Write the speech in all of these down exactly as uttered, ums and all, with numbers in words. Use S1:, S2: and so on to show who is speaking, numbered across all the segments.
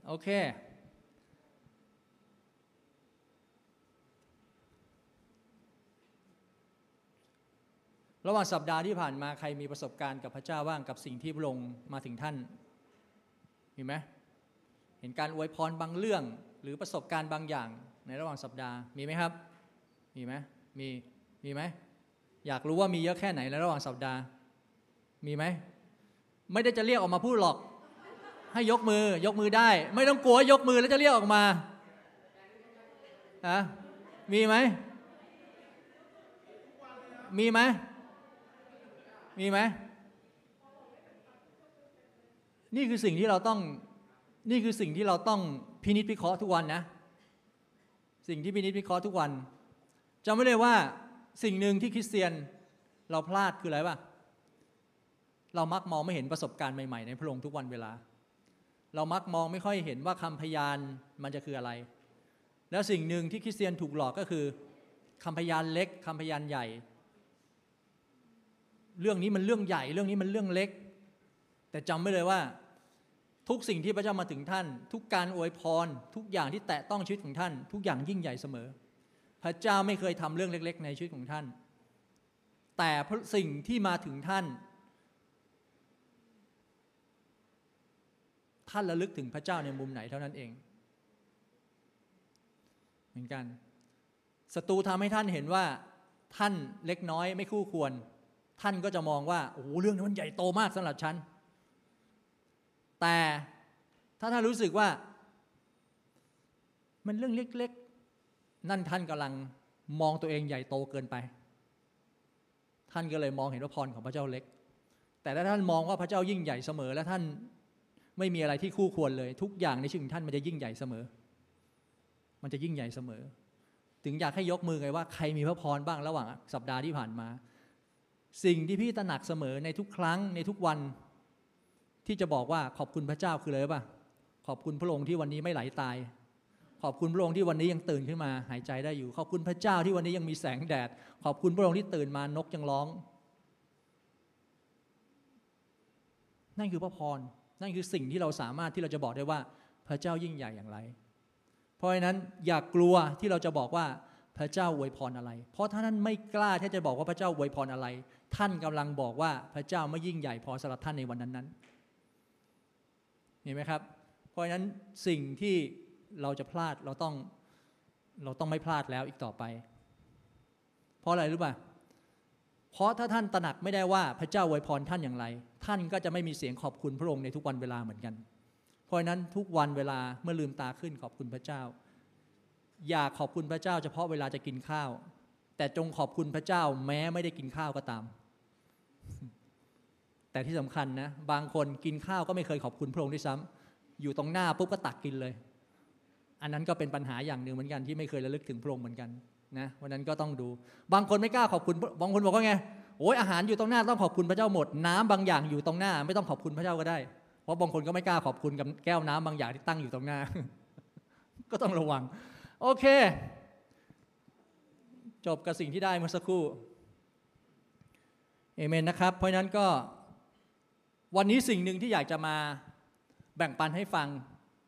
S1: โอเคระหว่างสัปดาห์ที่ผ่านมาใครมีประสบการณ์กับพระเจ้าบ้างกับสิ่งที่พระองค์มาถึงท่านมีไหมเห็นการอวยพรบางเรื่องหรือประสบการณ์บางอย่างในระหว่างสัปดาห์มีไหมครับมีไหมมีมีไหมอยากรู้ว่ามีเยอะแค่ไหนในระหว่างสัปดาห์มีไหมไม่ได้จะเรียกออกมาพูดหรอกให้ยกมือยกมือได้ไม่ต้องกลัวยกมือแล้วจะเรียกออกมาอะมีไหมมีไหมมีไหมนี่คือสิ่งที่เราต้องนี่คือสิ่งที่เราต้องพินิจพิเคราะห์ทุกวันนะสิ่งที่พินิจพิเคราะห์ทุกวันจำไว้เลยว่าสิ่งหนึ่งที่คริสเตียนเราพลาดคืออะไรป่ะเรามักมองไม่เห็นประสบการณ์ใหม่ๆในพระองค์ทุกวันเวลาเรามักมองไม่ค่อยเห็นว่าคำพยานมันจะคืออะไรแล้วสิ่งหนึ่งที่คริสเตียนถูกหลอกก็คือคำพยานเล็กคำพยานใหญ่เรื่องนี้มันเรื่องใหญ่เรื่องนี้มันเรื่องเล็กแต่จำไว้เลยว่าทุกสิ่งที่พระเจ้ามาถึงท่านทุกการอวยพรทุกอย่างที่แตะต้องชีวิตของท่านทุกอย่างยิ่งใหญ่เสมอพระเจ้าไม่เคยทำเรื่องเล็กๆในชีวิตของท่านแต่สิ่งที่มาถึงท่านท่านระลึกถึงพระเจ้าในมุมไหนเท่านั้นเองเหมือนกันศัตรูทำให้ท่านเห็นว่าท่านเล็กน้อยไม่คู่ควรท่านก็จะมองว่าโอ้โหเรื่องนี้มันใหญ่โตมากสำหรับฉันแต่ถ้าท่านรู้สึกว่ามันเรื่องเล็กๆนั่นท่านกำลังมองตัวเองใหญ่โตเกินไปท่านก็เลยมองเห็นว่าพรของพระเจ้าเล็กแต่ถ้าท่านมองว่าพระเจ้ายิ่งใหญ่เสมอและท่านไม่มีอะไรที่คู่ควรเลยทุกอย่างในชีวิตของท่านมันจะยิ่งใหญ่เสมอมันจะยิ่งใหญ่เสมอถึงอยากให้ยกมือไงว่าใครมีพระพรบ้างระหว่างสัปดาห์ที่ผ่านมาสิ่งที่พี่ตระหนักเสมอในทุกครั้งในทุกวันที่จะบอกว่าขอบคุณพระเจ้าคืออะไรป่ะขอบคุณพระองค์ที่วันนี้ไม่ไหลตายขอบคุณพระองค์ที่วันนี้ยังตื่นขึ้นมาหายใจได้อยู่ขอบคุณพระเจ้าที่วันนี้ยังมีแสงแดดขอบคุณพระองค์ที่ตื่นมานกยังร้องนั่นคือพระพรนั่นคือสิ่งที่เราสามารถที่เราจะบอกได้ว่าพระเจ้ายิ่งใหญ่อย่างไรเพราะฉะนั้นอย่ากลัวที่เราจะบอกว่าพระเจ้าอวยพรอะไรเพราะถ้าท่านไม่กล้าที่จะบอกว่าพระเจ้าอวยพรอะไรท่านกำลังบอกว่าพระเจ้าไม่ยิ่งใหญ่พอสำหรับท่านในวันนั้นๆเห็นไหมครับเพราะฉะนั้นสิ่งที่เราจะพลาดเราต้องเราต้องไม่พลาดแล้วอีกต่อไปเพราะอะไรรู้ป่ะเพราะถ้าท่านตระหนักไม่ได้ว่าพระเจ้าอวยพรท่านอย่างไรท่านก็จะไม่มีเสียงขอบคุณพระองค์ในทุกวันเวลาเหมือนกันเพราะฉะนั้นทุกวันเวลาเมื่อลืมตาขึ้นขอบคุณพระเจ้าอย่าขอบคุณพระเจ้าเฉพาะเวลาจะกินข้าวแต่จงขอบคุณพระเจ้าแม้ไม่ได้กินข้าวก็ตามแต่ที่สำคัญนะบางคนกินข้าวก็ไม่เคยขอบคุณพระองค์ด้วยซ้ำอยู่ตรงหน้าปุ๊บก็ตักกินเลยอันนั้นก็เป็นปัญหาอย่างหนึ่งเหมือนกันที่ไม่เคยระลึกถึงพระองค์เหมือนกันนะวันนั้นก็ต้องดูบางคนไม่กล้าขอบคุณบางคนบอกว่าไงโอ้ยอาหารอยู่ตรงหน้าต้องขอบคุณพระเจ้าหมดน้ำบางอย่างอยู่ตรงหน้าไม่ต้องขอบคุณพระเจ้าก็ได้เพราะบางคนก็ไม่กล้าขอบคุณกับแก้วน้ำบางอย่างที่ตั้งอยู่ตรงหน้า ก็ต้องระวังโอเคจบกับสิ่งที่ได้เมื่อสักครู่เอเมนนะครับเพราะฉะนั้นก็วันนี้สิ่งหนึ่งที่อยากจะมาแบ่งปันให้ฟัง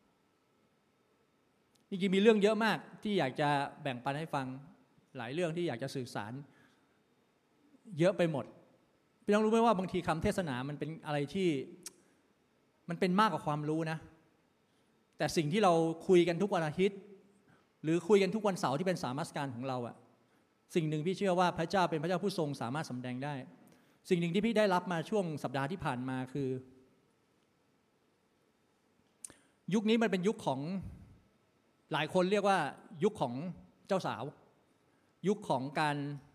S1: จริงๆมีเรื่องเยอะมากที่อยากจะแบ่งปันให้ฟังหลายเรื่องที่อยากจะสื่อสารเยอะไปหมดพี่ต้องรู้ไหมว่าบางทีคำเทศนามันเป็นอะไรที่มันเป็นมากกว่าความรู้นะแต่สิ่งที่เราคุยกันทุกวันอาทิตย์หรือคุยกันทุกวันเสาร์ที่เป็นสามัสการของเราอะสิ่งหนึ่งพี่เชื่อว่าพระเจ้าเป็นพระเจ้าผู้ทรงสามารถสำแดงได้สิ่งหนึ่งที่พี่ได้รับมาช่วงสัปดาห์ที่ผ่านมาคือยุคนี้มันเป็นยุคของหลายคนเรียกว่ายุคของเจ้าสาวยุคของการ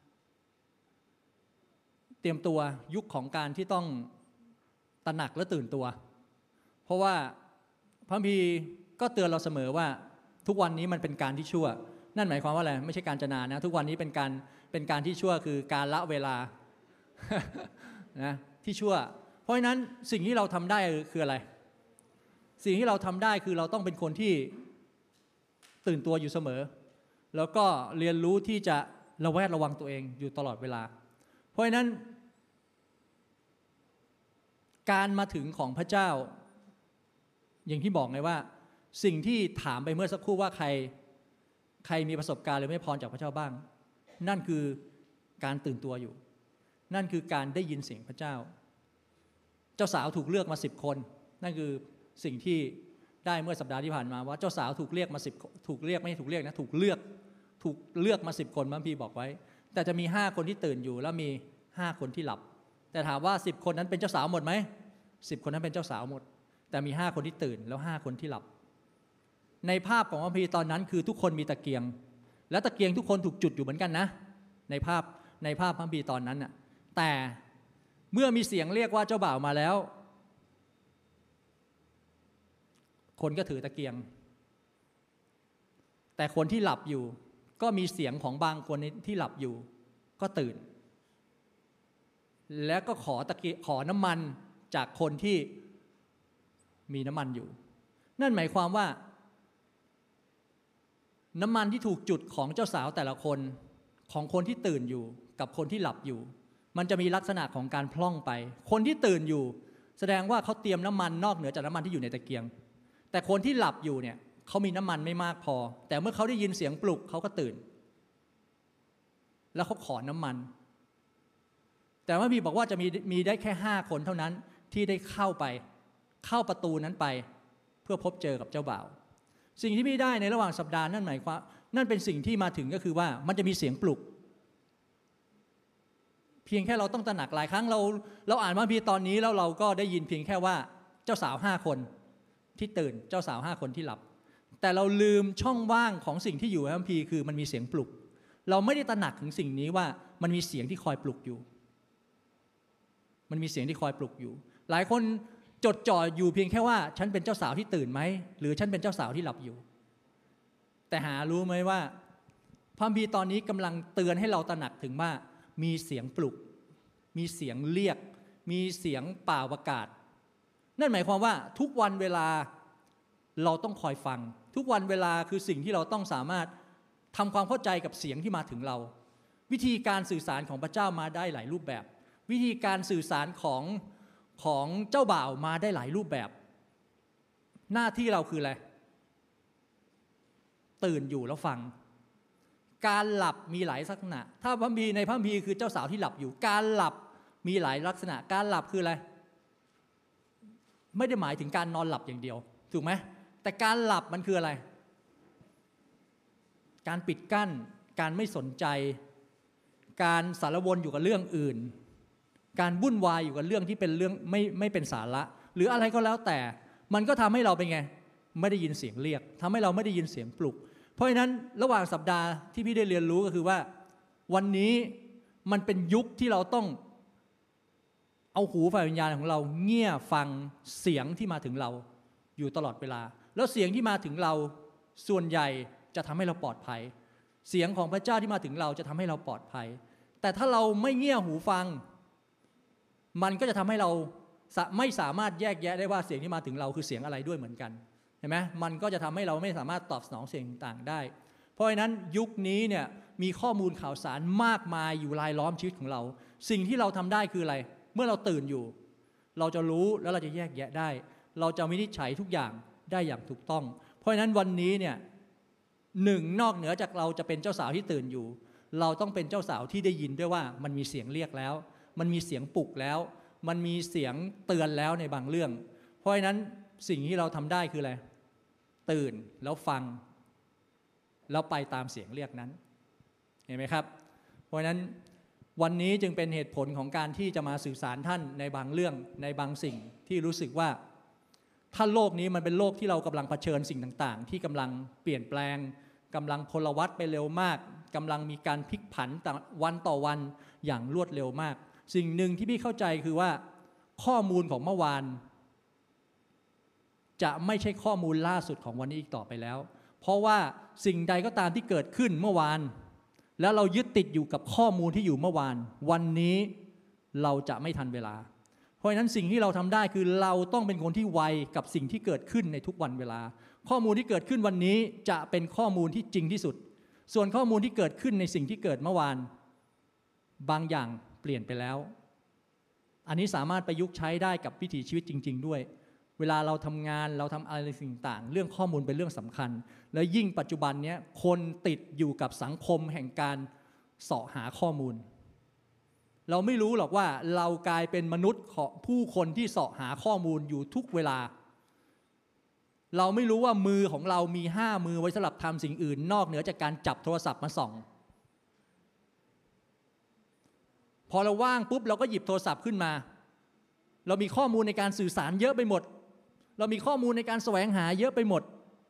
S1: เตรียมตัวยุคของการที่ต้องตระหนักและตื่นตัวเพราะว่าพระคัมภีร์ก็เตือนเราเสมอว่าทุกวันนี้มันเป็นการที่ชั่วนั่นหมายความว่าอะไรไม่ใช่การจนานะทุกวันนี้เป็นการเป็นการที่ชั่วคือการละเวลา นะที่ชั่วเพราะฉะนั้นสิ่งที่เราทำได้คืออะไรสิ่งที่เราทำได้คือเราต้องเป็นคนที่ตื่นตัวอยู่เสมอแล้วก็เรียนรู้ที่จะระแวดระวังตัวเองอยู่ตลอดเวลาเพราะฉะนั้นการมาถึงของพระเจ้าอย่างที่บอกไงว่าสิ่งที่ถามไปเมื่อสักครู่ว่าใครใครมีประสบการณ์หรือไม่พรจากพระเจ้าบ้างนั่นคือการตื่นตัวอยู่นั่นคือการได้ยินเสียงพระเจ้าเจ้าสาวถูกเลือกมาสิบคนนั่นคือสิ่งที่ได้เมื่อสัปดาห์ที่ผ่านมาว่าเจ้าสาวถูกเรียกมาสิบถูกเรียกไม่ถูกเรียกนะถูกเลือกถูกเลือกมาสิบคนพระคัมภีร์บอกไว้แต่จะมีห้าคนที่ตื่นอยู่แล้วมีห้าคนที่หลับแต่ถามว่าสิบคนนั้นเป็นเจ้าสาวหมดไหมสิบคนนั้นเป็นเจ้าสาวหมดแต่มีห้าคนที่ตื่นแล้วห้าคนที่หลับในภาพของพระคัมภีร์ตอนนั้นคือทุกคนมีตะเกียงและตะเกียงทุกคนถูกจุดอยู่เหมือนกันนะในภาพในภาพพระคัมภีร์ตอนนั้นน่ะแต่เมื่อมีเสียงเรียกว่าเจ้าบ่าวมาแล้วคนก็ถือตะเกียงแต่คนที่หลับอยู่ก็มีเสียงของบางคนที่หลับอยู่ก็ตื่นแล้วก็ขอตะเกียงขอน้ำมันจากคนที่มีน้ำมันอยู่นั่นหมายความว่าน้ำมันที่ถูกจุดของเจ้าสาวแต่ละคนของคนที่ตื่นอยู่กับคนที่หลับอยู่มันจะมีลักษณะของการพล่องไปคนที่ตื่นอยู่แสดงว่าเขาเตรียมน้ำมันนอกเหนือจากน้ำมันที่อยู่ในตะเกียงแต่คนที่หลับอยู่เนี่ยเขามีน้ำมันไม่มากพอแต่เมื่อเขาได้ยินเสียงปลุกเขาก็ตื่นแล้วเขาขอน้ำมันแต่ว่ามีบอกว่าจะมีมีได้แค่ห้าคนเท่านั้นที่ได้เข้าไปเข้าประตูนั้นไปเพื่อพบเจอกับเจ้าบ่าวสิ่งที่ไม่ได้ในระหว่างสัปดาห์นั่นหมายความนั่นเป็นสิ่งที่มาถึงก็คือว่ามันจะมีเสียงปลุกเพียงแค่เราต้องตระหนักหลายครั้งเราเราอ่านพระคัมภีร์ตอนนี้แล้วเราก็ได้ยินเพียงแค่ว่าเจ้าสาวห้าคนที่ตื่นเจ้าสาวห้าคนที่หลับแต่เราลืมช่องว่างของสิ่งที่อยู่ในพระคัมภีร์คือมันมีเสียงปลุกเราไม่ได้ตระหนักถึงสิ่งนี้ว่ามันมีเสียงที่คอยปลุกอยู่มันมีเสียงที่คอยปลุกอยู่หลายคนจดจ่ออยู่เพียงแค่ว่าฉันเป็นเจ้าสาวที่ตื่นไหมหรือฉันเป็นเจ้าสาวที่หลับอยู่แต่หารู้ไหมว่าพระคัมภีร์ตอนนี้กำลังเตือนให้เราตระหนักถึงว่ามีเสียงปลุกมีเสียงเรียกมีเสียงเป่าประกาศนั่นหมายความว่าทุกวันเวลาเราต้องคอยฟังทุกวันเวลาคือสิ่งที่เราต้องสามารถทำความเข้าใจกับเสียงที่มาถึงเราวิธีการสื่อสารของพระเจ้ามาได้หลายรูปแบบวิธีการสื่อสารของของเจ้าบ่าวมาได้หลายรูปแบบหน้าที่เราคืออะไรตื่นอยู่แล้วฟังการหลับมีหลายลักษณะถ้าพระคัมภีร์ในพระคัมภีร์คือเจ้าสาวที่หลับอยู่การหลับมีหลายลักษณะการหลับคืออะไรไม่ได้หมายถึงการนอนหลับอย่างเดียวถูกไหมแต่การหลับมันคืออะไรการปิดกั้นการไม่สนใจการสารวนอยู่กับเรื่องอื่นการวุ่นวายอยู่กับเรื่องที่เป็นเรื่องไม่ไม่เป็นสาระหรืออะไรก็แล้วแต่มันก็ทำให้เราเป็นไงไม่ได้ยินเสียงเรียกทำให้เราไม่ได้ยินเสียงปลุกเพราะฉะนั้นระหว่างสัปดาห์ที่พี่ได้เรียนรู้ก็คือว่าวันนี้มันเป็นยุคที่เราต้องเอาหูฝ่ายวิญญาณของเราเงี่ยฟังเสียงที่มาถึงเราอยู่ตลอดเวลาแล้วเสียงที่มาถึงเราส่วนใหญ่จะทำให้เราปลอดภัยเสียงของพระเจ้าที่มาถึงเราจะทำให้เราปลอดภัยแต่ถ้าเราไม่เงี่ยหูฟังมันก็จะทำให้เราไม่สามารถแยกแยะได้ว่าเสียงที่มาถึงเราคือเสียงอะไรด้วยเหมือนกันเห็นไหมมันก็จะทำให้เราไม่สามารถตอบสนองเสียงต่างได้เพราะฉะนั้นยุคนี้เนี่ยมีข้อมูลข่าวสารมากมายอยู่รายล้อมชีวิตของเราสิ่งที่เราทำได้คืออะไรเมื่อเราตื่นอยู่เราจะรู้แล้วเราจะแยกแยะได้เราจะวินิจฉัยทุกอย่างได้อย่างถูกต้องเพราะฉะนั้นวันนี้เนี่ยหนึ่งนอกเหนือจากเราจะเป็นเจ้าสาวที่ตื่นอยู่เราต้องเป็นเจ้าสาวที่ได้ยินด้วยว่ามันมีเสียงเรียกแล้วมันมีเสียงปลุกแล้วมันมีเสียงเตือนแล้วในบางเรื่องเพราะฉะนั้นสิ่งที่เราทำได้คืออะไรตื่นแล้วฟังแล้วไปตามเสียงเรียกนั้นเห็นไหมครับเพราะฉะนั้นวันนี้จึงเป็นเหตุผลของการที่จะมาสื่อสารท่านในบางเรื่องในบางสิ่งที่รู้สึกว่าถ้าโลกนี้มันเป็นโลกที่เรากำลังเผชิญสิ่งต่างๆที่กำลังเปลี่ยนแปลงกำลังพลวัตไปเร็วมากกำลังมีการพลิกผันวันต่อวันอย่างรวดเร็วมากสิ่งหนึ่งที่พี่เข้าใจคือว่าข้อมูลของเมื่อวานจะไม่ใช่ข้อมูลล่าสุดของวันนี้อีกต่อไปแล้วเพราะว่าสิ่งใดก็ตามที่เกิดขึ้นเมื่อวานแล้วเรายึดติดอยู่กับข้อมูลที่อยู่เมื่อวานวันนี้เราจะไม่ทันเวลาเพราะฉะนั้นสิ่งที่เราทำได้คือเราต้องเป็นคนที่ไวกับสิ่งที่เกิดขึ้นในทุกวันเวลาข้อมูลที่เกิดขึ้นวันนี้จะเป็นข้อมูลที่จริงที่สุดส่วนข้อมูลที่เกิดขึ้นในสิ่งที่เกิดเมื่อวานบางอย่างเปลี่ยนไปแล้วอันนี้สามารถประยุกต์ใช้ได้กับวิถีชีวิตจริงๆด้วยเวลาเราทำงานเราทำอะไรสิ่งต่างเรื่องข้อมูลเป็นเรื่องสำคัญและยิ่งปัจจุบันนี้คนติดอยู่กับสังคมแห่งการเสาะหาข้อมูลเราไม่รู้หรอกว่าเรากลายเป็นมนุษย์ของผู้คนที่เสาะหาข้อมูลอยู่ทุกเวลาเราไม่รู้ว่ามือของเรามีห้ามือไว้สำหรับทำสิ่งอื่นนอกเหนือจากการจับโทรศัพท์มาส่องพอเราว่างปุ๊บเราก็หยิบโทรศัพท์ขึ้นมาเรามีข้อมูลในการสื่อสารเยอะไปหมดเรามีข้อมูลในการแสวงหาเยอะไปหมด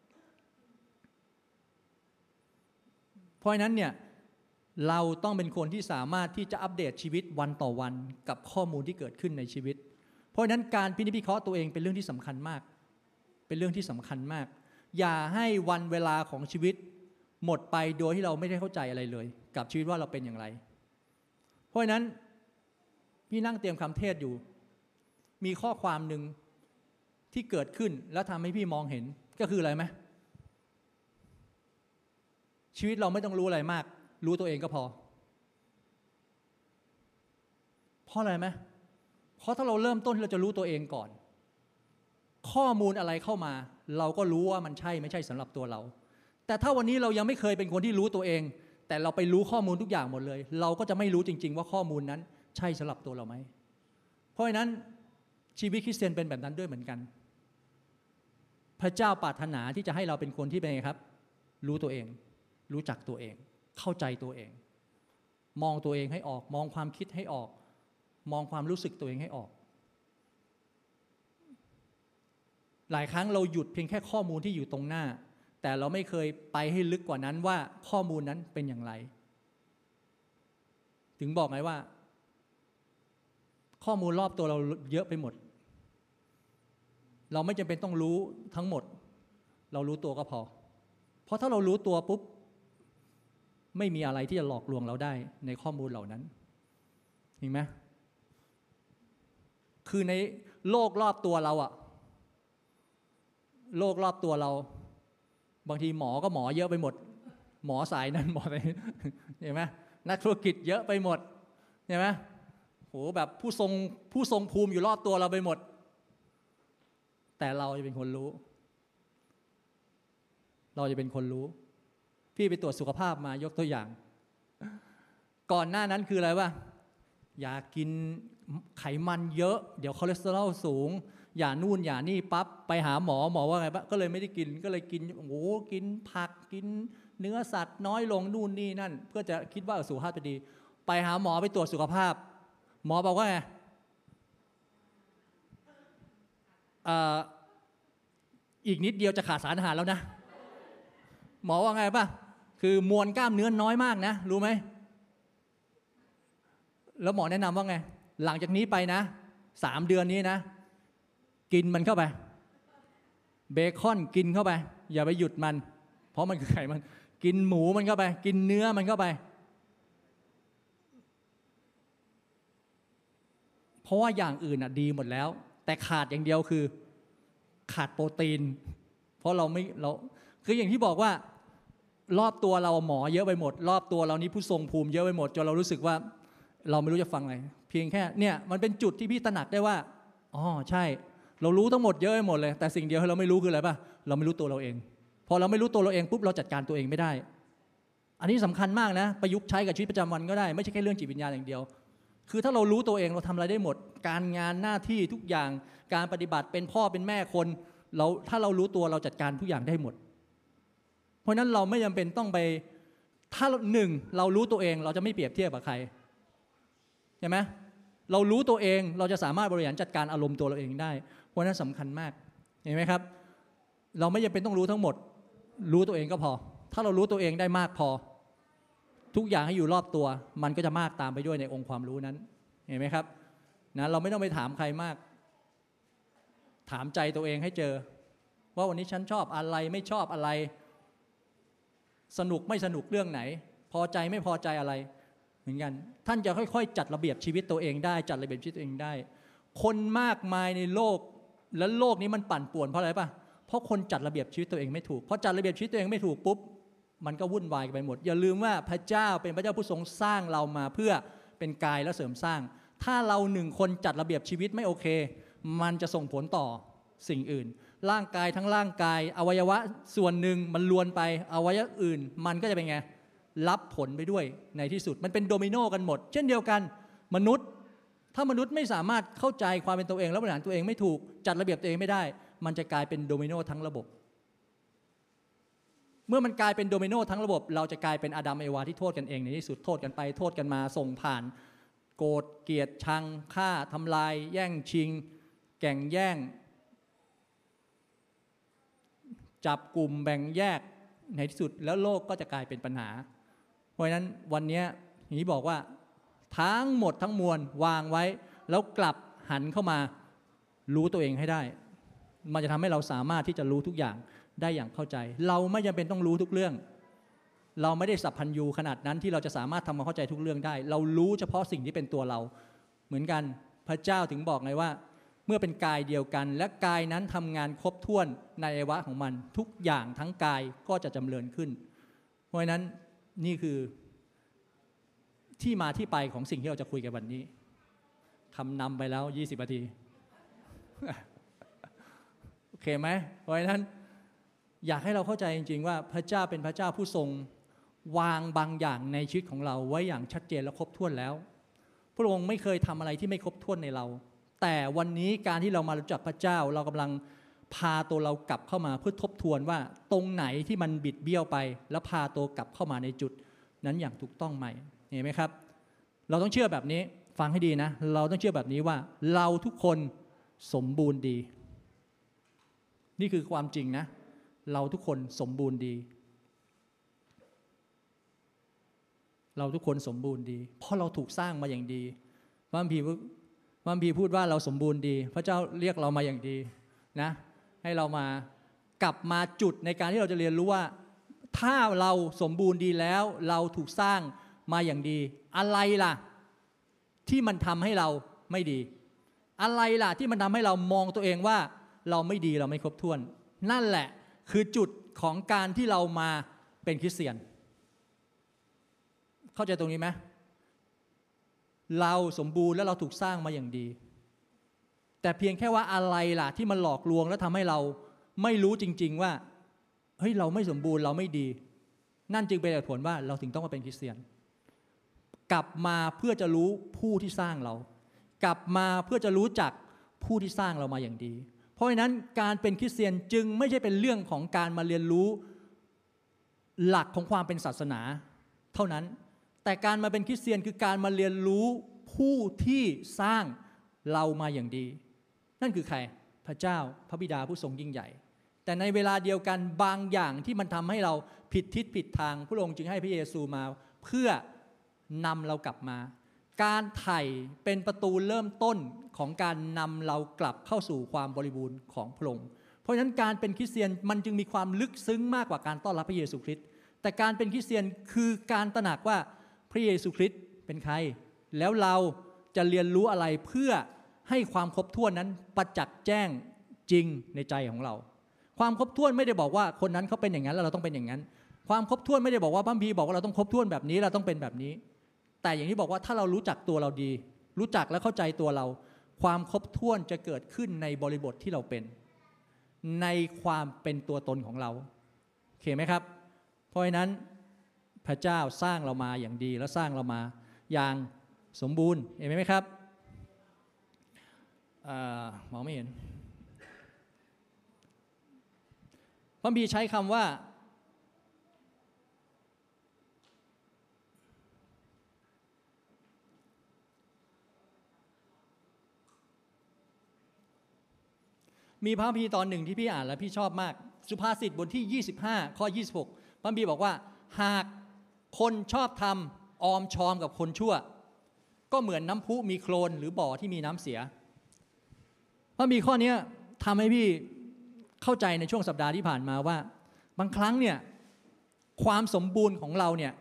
S1: เพราะฉะนั้นเนี่ยเราต้องเป็นคนที่สามารถที่จะอัปเดตชีวิตวันต่อวันกับข้อมูลที่เกิดขึ้นในชีวิตเพราะฉะนั้นการพินิจพิเคราะห์ตัวเองเป็นเรื่องที่สำคัญมากเป็นเรื่องที่สำคัญมากอย่าให้วันเวลาของชีวิตหมดไปโดยที่เราไม่ได้เข้าใจอะไรเลยกับชีวิตว่าเราเป็นอย่างไรเพราะฉะนั้นพี่นั่งเตรียมคำเทศอยู่มีข้อความหนึ่งที่เกิดขึ้นแล้วทำให้พี่มองเห็นก็คืออะไรไหมชีวิตเราไม่ต้องรู้อะไรมากรู้ตัวเองก็พอเพราะอะไรไหมเพราะถ้าเราเริ่มต้นเราจะรู้ตัวเองก่อนข้อมูลอะไรเข้ามาเราก็รู้ว่ามันใช่ไม่ใช่สำหรับตัวเราแต่ถ้าวันนี้เรายังไม่เคยเป็นคนที่รู้ตัวเองแต่เราไปรู้ข้อมูลทุกอย่างหมดเลยเราก็จะไม่รู้จริงๆว่าข้อมูลนั้นใช่สำหรับตัวเราไหมเพราะฉะนั้นชีวิตคริสเตียนเป็นแบบนั้นด้วยเหมือนกันพระเจ้าปรารถนาที่จะให้เราเป็นคนที่เป็นไงครับรู้ตัวเองรู้จักตัวเองเข้าใจตัวเองมองตัวเองให้ออกมองความคิดให้ออกมองความรู้สึกตัวเองให้ออกหลายครั้งเราหยุดเพียงแค่ข้อมูลที่อยู่ตรงหน้าแต่เราไม่เคยไปให้ลึกกว่านั้นว่าข้อมูลนั้นเป็นอย่างไรถึงบอกไงว่าข้อมูลรอบตัวเราเยอะไปหมดเราไม่จำเป็นต้องรู้ทั้งหมดเรารู้ตัวก็พอเพราะถ้าเรารู้ตัวปุ๊บไม่มีอะไรที่จะหลอกลวงเราได้ในข้อมูลเหล่านั้นเห็นไหมคือในโลกรอบตัวเราอะโลกรอบตัวเราบางทีหมอก็หมอเยอะไปหมดหมอสายนั้นหมออะไรเห็นไหมนักธุรกิจเยอะไปหมดเห็นไหมโหแบบผู้ทรงผู้ทรงภูมิอยู่รอบตัวเราไปหมดแต่เราจะเป็นคนรู้เราจะเป็นคนรู้พี่ไปตรวจสุขภาพมายกตัวอย่างก่อนหน้านั้นคืออะไรวะอย่ากินไขมันเยอะเดี๋ยวคอเลสเตอรอลสูงอย่านู่นอย่านี่ปั๊บไปหาหมอหมอว่าไงปะก็เลยไม่ได้กินก็เลยกินโอ้โหกินผักกินเนื้อสัตว์น้อยลงนู่นนี่นั่นเพื่อจะคิดว่าสุขภาพจะดีไปหาหมอไปตรวจสุขภาพหมอบอกว่าไงอีกนิดเดียวจะขาดสารอาหารแล้วนะหมอว่าไงป่ะคือมวลกล้ามเนื้อน้อยมากนะรู้ไหมแล้วหมอแนะนำว่าไงหลังจากนี้ไปนะสามเดือนนี้นะกินมันเข้าไปเบคอนกินเข้าไปอย่าไปหยุดมันเพราะมันคือไขมันกินหมูมันเข้าไปกินเนื้อมันเข้าไปเพราะว่าอย่างอื่นอ่ะดีหมดแล้วแต่ขาดอย่างเดียวคือขาดโปรตีนเพราะเราไม่เราคืออย่างที่บอกว่ารอบตัวเราหมอเยอะไปหมดรอบตัวเรานี้ผู้ทรงภูมิเยอะไปหมดจนเรารู้สึกว่าเราไม่รู้จะฟังอะไรเพียงแค่เนี่ยมันเป็นจุดที่พี่ตระหนักได้ว่าอ๋อใช่เรารู้ทั้งหมดเยอะไปหมดเลยแต่สิ่งเดียวที่เราไม่รู้คืออะไรป่ะเราไม่รู้ตัวเราเองพอเราไม่รู้ตัวเราเองปุ๊บเราจัดการตัวเองไม่ได้อันนี้สำคัญมากนะประยุกต์ใช้กับชีวิตประจำวันก็ได้ไม่ใช่แค่เรื่องจิตวิญญาณอย่างเดียวคือถ้าเรารู้ตัวเองเราทำอะไรได้หมดการงานหน้าที่ทุกอย่างการปฏิบัติเป็นพ่อเป็นแม่คนเราถ้าเรารู้ตัวเราจัดการทุกอย่างได้หมดเพราะนั้นเราไม่จำเป็นต้องไปถ้าหนึ่งเรารู้ตัวเองเราจะไม่เปรียบเทียบกับใครใช่ไหมเรารู้ตัวเองเราจะสามารถบริหารจัดการอารมณ์ตัวเราเองได้เพราะนั้นสำคัญมากเห็นไหมครับเราไม่จำเป็นต้องรู้ทั้งหมดรู้ตัวเองก็พอถ้าเรารู้ตัวเองได้มากพอทุกอย่างให้อยู่รอบตัวมันก็จะมากตามไปด้วยในองค์ความรู้นั้นเห็นไหมครับนะเราไม่ต้องไปถามใครมากถามใจตัวเองให้เจอว่าวันนี้ฉันชอบอะไรไม่ชอบอะไรสนุกไม่สนุกเรื่องไหนพอใจไม่พอใจอะไรเหมือนกันท่านจะค่อยๆจัดระเบียบชีวิตตัวเองได้จัดระเบียบชีวิตตัวเองได้คนมากมายในโลกและโลกนี้มันปั่นป่วนเพราะอะไรป่ะเพราะคนจัดระเบียบชีวิตตัวเองไม่ถูกพอจัดระเบียบชีวิตตัวเองไม่ถูกปุ๊บมันก็วุ่นวายไปหมดอย่าลืมว่าพระเจ้าเป็นพระเจ้าผู้ทรงสร้างเรามาเพื่อเป็นกายและเสริมสร้างถ้าเราหนึ่งคนจัดระเบียบชีวิตไม่โอเคมันจะส่งผลต่อสิ่งอื่นร่างกายทั้งร่างกายอวัยวะส่วนหนึ่งมันลวนไปอวัยวะอื่นมันก็จะเป็นไงรับผลไปด้วยในที่สุดมันเป็นโดมิโนกันหมดเช่นเดียวกันมนุษย์ถ้ามนุษย์ไม่สามารถเข้าใจความเป็นตัวเองและบริหารตัวเองไม่ถูกจัดระเบียบตัวเองไม่ได้มันจะกลายเป็นโดมิโนทั้งระบบเมื่อมันกลายเป็นโดมิโนทั้งระบบเราจะกลายเป็นอาดัมเอวาที่โทษกันเองในที่สุดโทษกันไปโทษกันมาส่งผ่านโกรธเกลียดชังฆ่าทำลายแย่งชิงแก่งแย่งจับกลุ่มแบ่งแยกในที่สุดแล้วโลกก็จะกลายเป็นปัญหาเพราะฉะนั้นวันนี้อย่างนี้บอกว่าทั้งหมดทั้งมวลวางไว้แล้วกลับหันเข้ามารู้ตัวเองให้ได้มันจะทำให้เราสามารถที่จะรู้ทุกอย่างได้อย่างเข้าใจเราไม่จำเป็นต้องรู้ทุกเรื่องเราไม่ได้สัพพัญญูขนาดนั้นที่เราจะสามารถทำความเข้าใจทุกเรื่องได้เรารู้เฉพาะสิ่งที่เป็นตัวเราเหมือนกันพระเจ้าถึงบอกไงว่าเมื่อเป็นกายเดียวกันและกายนั้นทำงานครบถ้วนในอวัยวะของมันทุกอย่างทั้งกายก็จะจำเริญขึ้นเพราะฉะนั้นนี่คือที่มาที่ไปของสิ่งที่เราจะคุยกันวันนี้คำนำไปแล้วยี่สิบนาที โอเคไหมเพราะฉะนั้นอยากให้เราเข้าใจจริงๆว่าพระเจ้าเป็นพระเจ้าผู้ทรงวางบางอย่างในชีวิตของเราไว้อย่างชัดเจนและครบถ้วนแล้วพระองค์ไม่เคยทำอะไรที่ไม่ครบถ้วนในเราแต่วันนี้การที่เรามารู้จักพระเจ้าเรากำลังพาตัวเรากลับเข้ามาเพื่อทบทวนว่าตรงไหนที่มันบิดเบี้ยวไปแล้วพาตัวกลับเข้ามาในจุดนั้นอย่างถูกต้องใหม่เห็นไหมครับเราต้องเชื่อแบบนี้ฟังให้ดีนะเราต้องเชื่อแบบนี้ว่าเราทุกคนสมบูรณ์ดีนี่คือความจริงนะเราทุกคนสมบูรณ์ดีเราทุกคนสมบูรณ์ดีเพราะเราถูกสร้างมาอย่างดีพระคัมภีร์พระคัมภีร์พูดว่าเราสมบูรณ์ดีพระเจ้าเรียกเรามาอย่างดีนะให้เรามากลับมาจุดในการที่เราจะเรียนรู้ว่าถ้าเราสมบูรณ์ดีแล้วเราถูกสร้างมาอย่างดีอะไรล่ะที่มันทำให้เราไม่ดีอะไรล่ะที่มันทำให้เรามองตัวเองว่าเราไม่ดีเราไม่ครบถ้วนนั่นแหละคือจุดของการที่เรามาเป็นคริสเตียนเข้าใจตรงนี้ไหมเราสมบูรณ์และเราถูกสร้างมาอย่างดีแต่เพียงแค่ว่าอะไรล่ะที่มันหลอกลวงและทำให้เราไม่รู้จริงๆว่าเฮ้ยเราไม่สมบูรณ์เราไม่ดีนั่นจึงเป็นเหตุผลว่าเราถึงต้องมาเป็นคริสเตียนกลับมาเพื่อจะรู้ผู้ที่สร้างเรากลับมาเพื่อจะรู้จักผู้ที่สร้างเรามาอย่างดีเพราะฉะนั้นการเป็นคริสเตียนจึงไม่ใช่เป็นเรื่องของการมาเรียนรู้หลักของความเป็นศาสนาเท่านั้นแต่การมาเป็นคริสเตียนคือการมาเรียนรู้ผู้ที่สร้างเรามาอย่างดีนั่นคือใครพระเจ้าพระบิดาผู้ทรงยิ่งใหญ่แต่ในเวลาเดียวกันบางอย่างที่มันทำให้เราผิดทิศผิดทางพระองค์จึงให้พระเยซูมาเพื่อนำเรากลับมาการไถ่เป็นประตูเริ่มต้นของการนำเรากลับเข้าสู่ความบริบูรณ์ของพระองค์เพราะฉะนั้นการเป็นคริสเตียนมันจึงมีความลึกซึ้งมากกว่าการต้อนรับพระเยซูคริสต์แต่การเป็นคริสเตียนคือการตระหนักว่าพระเยซูคริสต์เป็นใครแล้วเราจะเรียนรู้อะไรเพื่อให้ความครบถ้วนนั้นประจักษ์แจ้งจริงในใจของเราความครบถ้วนไม่ได้บอกว่าคนนั้นเขาเป็นอย่างนั้นแล้วเราต้องเป็นอย่างนั้นความครบถ้วนไม่ได้บอกว่าพระคัมภีร์บอกว่าเราต้องครบถ้วนแบบนี้เราต้องเป็นแบบนี้แต่อย่างที่บอกว่าถ้าเรารู้จักตัวเราดีรู้จักและเข้าใจตัวเราความครบถ้วนจะเกิดขึ้นในบริบทที่เราเป็นในความเป็นตัวตนของเราโอเคไหมครับเพราะฉะนั้นพระเจ้าสร้างเรามาอย่างดีและสร้างเรามาอย่างสมบูรณ์เห็นไหมครับมองไม่เห็นพระคัมภีร์ใช้คำว่ามีพระคัมภีร์ตอนหนึ่งที่พี่อ่านแล้วพี่ชอบมากสุภาษิตบทที่ยี่สิบห้าข้อยี่สิบหกพระคัมภีร์บอกว่าหากคนชอบธรรมออมชอมกับคนชั่วก็เหมือนน้ำพุมีโคลนหรือบ่อที่มีน้ำเสียพระคัมภีร์ข้อนี้ทำให้พี่เข้าใจในช่วงสัปดาห์ที่ผ่านมาว่าบางครั้งเนี่ยความสมบูรณ์ของเราเนี่ย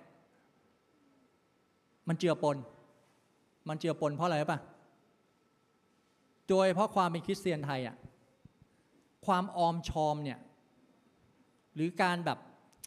S1: มันเจือปนมันเจือปนเพราะอะไรป่ะโดยเพราะความเป็นคริสเตียนไทยอ่ะความออมชอมเนี่ยหรือการแบบ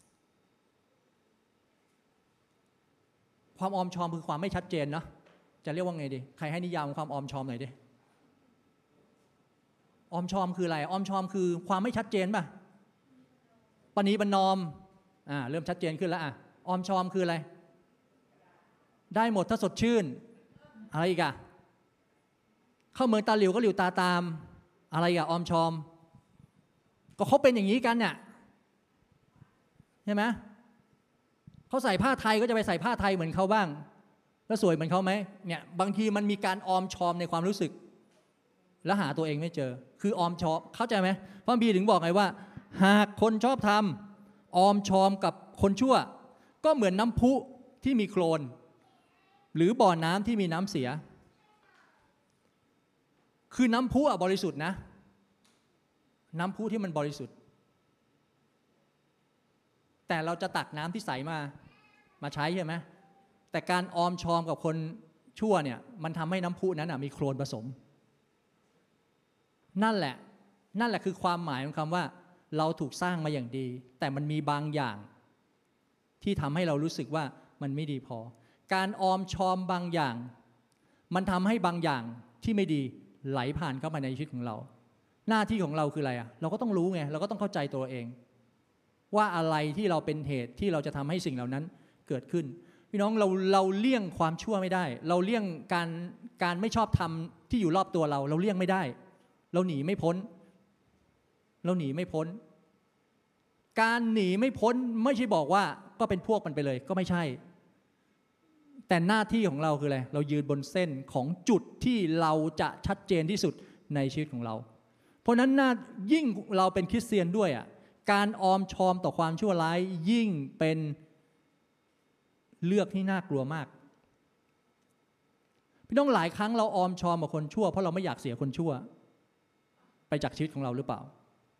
S1: ความออมชอมคือความไม่ชัดเจนเนาะจะเรียกว่าไงดีใครให้นิยามความออมชอมหน่อยดิออมชอมคืออะไรออมชอมคือความไม่ชัดเจนป่ะปณีประนอมอ่าเริ่มชัดเจนขึ้นแล้วอ่ะออมชอมคืออะไรได้หมดถ้าสดชื่นอะไรอีกอะเข้าเมืองตาหลิวก็หลิวตาตามอะไรอีกอะออมชอมก็เขาเป็นอย่างนี้กันเนี่ยใช่ไหมเขาใส่ผ้าไทยก็จะไปใส่ผ้าไทยเหมือนเขาบ้างแล้วสวยเหมือนเขาไหมเนี่ยบางทีมันมีการออมชอมในความรู้สึกแล้วหาตัวเองไม่เจอคือออมชอมเข้าใจไหมพระคัมภีร์ถึงบอกไงว่าหากคนชอบทำออมชอมกับคนชั่วก็เหมือนน้ำพุที่มีโคลนหรือบ่อน้ำที่มีน้ำเสียคือน้ำพุอะบริสุทธิ์นะน้ำพุที่มันบริสุทธิ์แต่เราจะตักน้ำที่ใสมามาใช้ใช่ไหมแต่การออมชอมกับคนชั่วเนี่ยมันทำให้น้ำพุนั้นมีโคลนผสมนั่นแหละนั่นแหละคือความหมายของคำว่าเราถูกสร้างมาอย่างดีแต่มันมีบางอย่างที่ทำให้เรารู้สึกว่ามันไม่ดีพอการออมชอมบางอย่างมันทำให้บางอย่างที่ไม่ดีไหลผ่านเข้ามาในชีวิตของเราหน้าที่ของเราคืออะไรอ่ะเราก็ต้องรู้ไงเราก็ต้องเข้าใจตัวเองว่าอะไรที่เราเป็นเหตุที่เราจะทำให้สิ่งเหล่านั้นเกิดขึ้นพี่น้องเราเราเลี่ยงความชั่วไม่ได้เราเลี่ยงการการไม่ชอบธรรมที่อยู่รอบตัวเราเราเลี่ยงไม่ได้เราหนีไม่พ้นเราหนีไม่พ้นการหนีไม่พ้นไม่ใช่บอกว่าก็เป็นพวกมันไปเลยก็ไม่ใช่แต่หน้าที่ของเราคืออะไรเรายืนบนเส้นของจุดที่เราจะชัดเจนที่สุดในชีวิตของเราเพราะนั้นน่ายิ่งเราเป็นคริสเตียนด้วยอ่ะการออมชอมต่อความชั่วร้ายยิ่งเป็นเลือกที่น่ากลัวมากพี่น้องหลายครั้งเราออมชอมกับคนชั่วเพราะเราไม่อยากเสียคนชั่วไปจากชีวิตของเราหรือเปล่า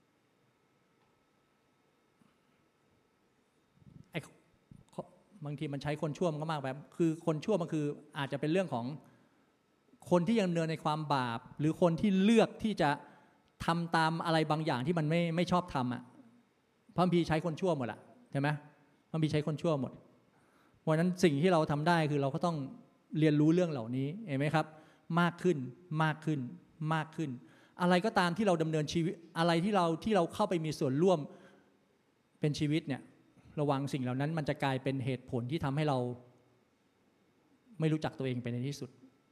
S1: ไอ้บางทีมันใช้คนชั่วมันก็มากแบบคือคนชั่วมันคืออาจจะเป็นเรื่องของคนที่ยังดำเนินในความบาปหรือคนที่เลือกที่จะทำตามอะไรบางอย่างที่มันไม่ไม่ชอบทำอ่ะพระคัมภีร์ใช้คนชั่วหมดอะใช่ไหมพระคัมภีร์ใช้คนชั่วหมดเพราะฉะนั้นสิ่งที่เราทำได้คือเราก็ต้องเรียนรู้เรื่องเหล่านี้เห็นไหมครับมากขึ้นมากขึ้นมากขึ้นอะไรก็ตามที่เราดำเนินชีวิตอะไรที่เราที่เราเข้าไปมีส่วนร่วมเป็นชีวิตเนี่ยระวังสิ่งเหล่านั้นมันจะกลายเป็นเหตุผลที่ทำให้เราไม่รู้จักตัวเองไปในที่สุด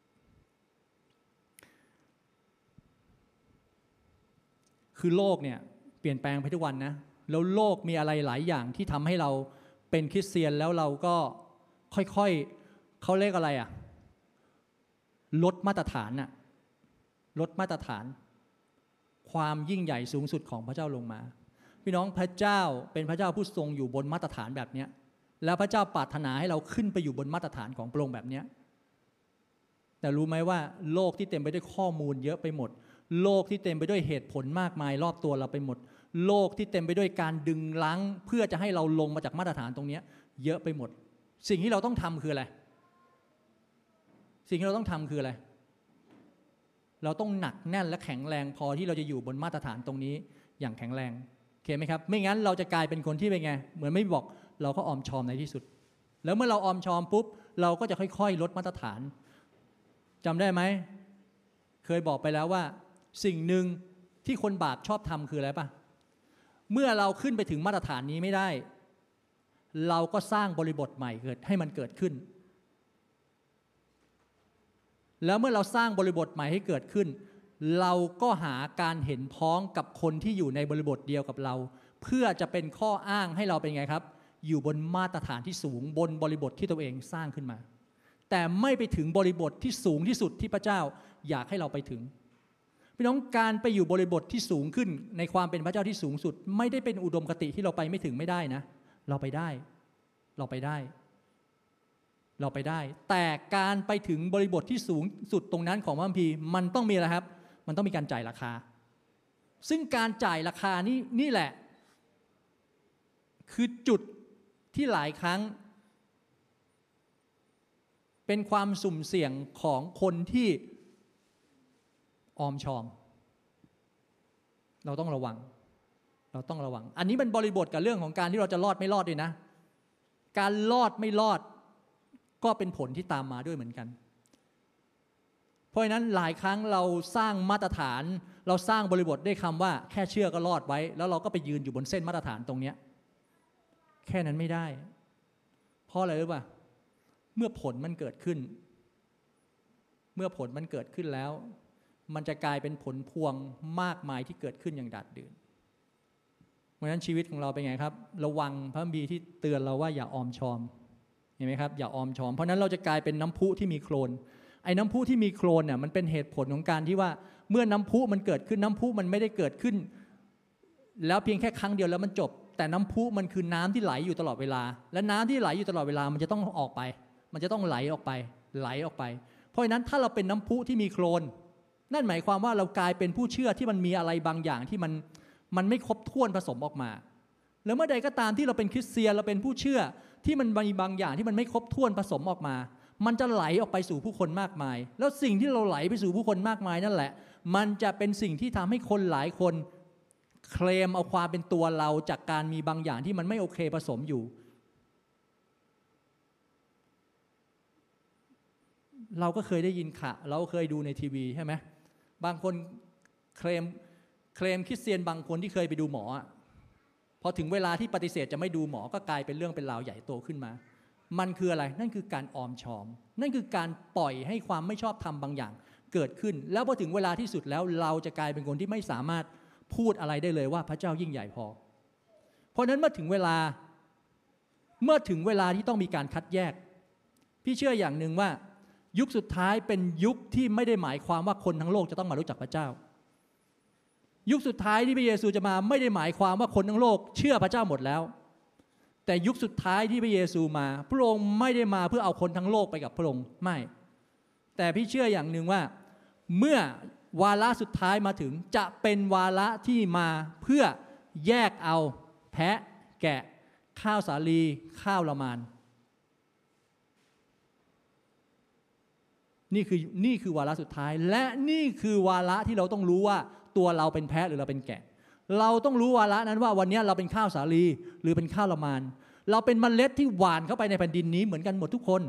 S1: คือโลกเนี่ยเปลี่ยนแปลงไปทุกวันนะแล้วโลกมีอะไรหลายอย่างที่ทำให้เราเป็นคริสเตียนแล้วเราก็ค่อยๆเขาเรียกอะไรอะลดมาตรฐานน่ะลดมาตรฐานความยิ่งใหญ่สูงสุดของพระเจ้าลงมาพี่น้องพระเจ้าเป็นพระเจ้าผู้ทรงอยู่บนมาตรฐานแบบนี้แล้วพระเจ้าปรารถนาให้เราขึ้นไปอยู่บนมาตรฐานของพระองค์แบบนี้แต่รู้ไหมว่าโลกที่เต็มไปด้วยข้อมูลเยอะไปหมดโลกที่เต็มไปด้วยเหตุผลมากมายรอบตัวเราไปหมดโลกที่เต็มไปด้วยการดึงรั้งเพื่อจะให้เราลงมาจากมาตรฐานตรงนี้เยอะไปหมดสิ่งที่เราต้องทำคืออะไรสิ่งที่เราต้องทำคืออะไรเราต้องหนักแน่นและแข็งแรงพอที่เราจะอยู่บนมาตรฐานตรงนี้อย่างแข็งแรงโอเคไหมครับไม่งั้นเราจะกลายเป็นคนที่เป็นไงเหมือนไม่บอกเราก็ออมชอมในที่สุดแล้วเมื่อเราออมชอมปุ๊บเราก็จะค่อยๆลดมาตรฐานจำได้ไหมเคยบอกไปแล้วว่าสิ่งหนึ่งที่คนบาปชอบทำคืออะไรป่ะเมื่อเราขึ้นไปถึงมาตรฐานนี้ไม่ได้เราก็สร้างบริบทใหม่เกิดให้มันเกิดขึ้นแล้วเมื่อเราสร้างบริบทใหม่ให้เกิดขึ้นเราก็หาการเห็นพ้องกับคนที่อยู่ในบริบทเดียวกับเราเพื่อจะเป็นข้ออ้างให้เราเป็นไงครับอยู่บนมาตรฐานที่สูงบนบริบทที่ตัวเองสร้างขึ้นมาแต่ไม่ไปถึงบริบทที่สูงที่สุดที่พระเจ้าอยากให้เราไปถึงพี่น้องการไปอยู่บริบทที่สูงขึ้นในความเป็นพระเจ้าที่สูงสุดไม่ได้เป็นอุดมคติที่เราไปไม่ถึงไม่ได้นะเราไปได้เราไปได้เราไปได้แต่การไปถึงบริบทที่สูงสุดตรงนั้นของพระคัมภีร์มันต้องมีอะไรครับมันต้องมีการจ่ายราคาซึ่งการจ่ายราคานี่นี่แหละคือจุดที่หลายครั้งเป็นความสุ่มเสี่ยงของคนที่ออมชอมเราต้องระวังเราต้องระวังอันนี้เป็นบริบทกับเรื่องของการที่เราจะรอดไม่รอดด้วยนะการรอดไม่รอดก็เป็นผลที่ตามมาด้วยเหมือนกันราะฉะนั้นหลายครั้งเราสร้างมาตรฐานเราสร้างบริบทด้วยคำว่าแค่เชื่อก็รอดไว้แล้วเราก็ไปยืนอยู่บนเส้นมาตรฐานตรงเนี้ยแค่นั้นไม่ได้เพราะอะไรรู้ป่ะเมื่อผลมันเกิดขึ้นเมื่อผลมันเกิดขึ้นแล้วมันจะกลายเป็นผลพวงมากมายที่เกิดขึ้นอย่างดาดดื่นเพราะฉะนั้นชีวิตของเราเป็นไงครับระวังพระคัมภีร์ที่เตือนเราว่าอย่าออมชอมเห็นไหมครับอย่าออมชอมเพราะนั้นเราจะกลายเป็นน้ำพุที่มีโคลนไอ้น้ำพุที่มีโคลนเนี่ยมันเป็นเหตุผลของการที่ว่าเมื่อน้ำพุมันเกิดขึ้นน้ำพุมันไม่ได้เกิดขึ้นแล้วเพียงแค่ครั้งเดียวแล้วมันจบแต่น้ำพุมันคือน้ำที่ไหลอยู่ตลอดเวลาและน้ำที่ไหลอยู่ตลอดเวลามันจะต้องออกไปมันจะต้องไหลออกไปไหลออกไปเพราะฉะนั้นถ้าเราเป็นน้ำพุที่มีโคลนนั่นหมายความว่าเรากลายเป็นผู้เชื่อที่มันมีอะไรบางอย่างที่มันมันไม่ครบถ้วนผสมออกมาแล้วเมื่อใดก็ตามที่เราเป็นคริสเตียนเราเป็นผู้เชื่อที่มันมีบางอย่างที่มันไม่ครบถ้วนผสมออกมามันจะไหลออกไปสู่ผู้คนมากมายแล้วสิ่งที่เราไหลไปสู่ผู้คนมากมายนั่นแหละมันจะเป็นสิ่งที่ทำให้คนหลายคนเคลมเอาความเป็นตัวเราจากการมีบางอย่างที่มันไม่โอเคผสมอยู่เราก็เคยได้ยินข่าวเราเคยดูในทีวีใช่ไหมบางคนเคลมเคลมคริสเตียนบางคนที่เคยไปดูหมอพอถึงเวลาที่ปฏิเสธจะไม่ดูหมอก็กลายเป็นเรื่องเป็นราวใหญ่โตขึ้นมามันคืออะไรนั่นคือการออมชอมนั่นคือการปล่อยให้ความไม่ชอบธรรมบางอย่างเกิดขึ้นแล้วพอถึงเวลาที่สุดแล้วเราจะกลายเป็นคนที่ไม่สามารถพูดอะไรได้เลยว่าพระเจ้ายิ่งใหญ่พอเพราะนั้นเมื่อถึงเวลาเมื่อถึงเวลาที่ต้องมีการคัดแยกพี่เชื่ออย่างหนึ่งว่ายุคสุดท้ายเป็นยุคที่ไม่ได้หมายความว่าคนทั้งโลกจะต้องมารู้จักพระเจ้ายุคสุดท้ายที่พระเยซูจะมาไม่ได้หมายความว่าคนทั้งโลกเชื่อพระเจ้าหมดแล้วแต่ยุคสุดท้ายที่พระเยซูมาพระองค์ไม่ได้มาเพื่อเอาคนทั้งโลกไปกับพระองค์ไม่แต่พี่เชื่ออย่างหนึ่งว่าเมื่อวาระสุดท้ายมาถึงจะเป็นวาระที่มาเพื่อแยกเอาแพะแกะข้าวสาลีข้าวละมานนี่คือนี่คือวาระสุดท้ายและนี่คือวาระที่เราต้องรู้ว่าตัวเราเป็นแพะหรือเราเป็นแกะเราต้องรู้วาระนั้นว่าวันนี้เราเป็นข้าวสาลีหรือเป็นข้าวละมานเราเป็นเมล็ดที่หว่านเข้าไปในแผ่นดินนี้เหมือนกันหมดทุกคน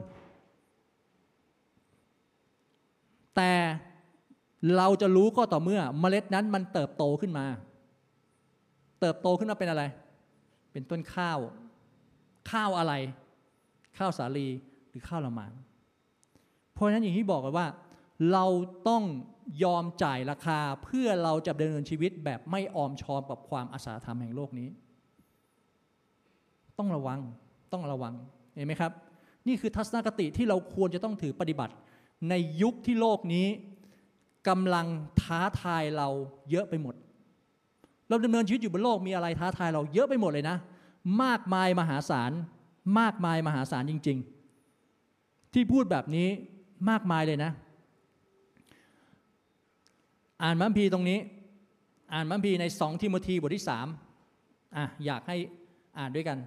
S1: แต่เราจะรู้ก็ต่อเมื่อเมล็ดนั้นมันเติบโตขึ้นมาเติบโตขึ้นมาเป็นอะไรเป็นต้นข้าวข้าวอะไรข้าวสาลีหรือข้าวละมานเพราะฉะนั้นอย่างที่บอกกันว่าเราต้องยอมจ่ายราคาเพื่อเราจะดำเนินชีวิตแบบไม่ออมชอมกับความอสัตย์ธรรมแห่งโลกนี้ต้องระวังต้องระวังเห็นไหมครับนี่คือทัศนคติที่เราควรจะต้องถือปฏิบัติในยุคที่โลกนี้กำลังท้าทายเราเยอะไปหมดเราดำเนินชีวิตอยู่บนโลกมีอะไรท้าทายเราเยอะไปหมดเลยนะมากมายมหาศาลมากมายมหาศาลจริงๆที่พูดแบบนี้มากมายเลยนะอ่านพระคัมภีร์ตรงนี้อ่านพระคัมภีร์ในสองทิโมธีบทที่สามอ่ะอยากให้อ่านด้วยกัน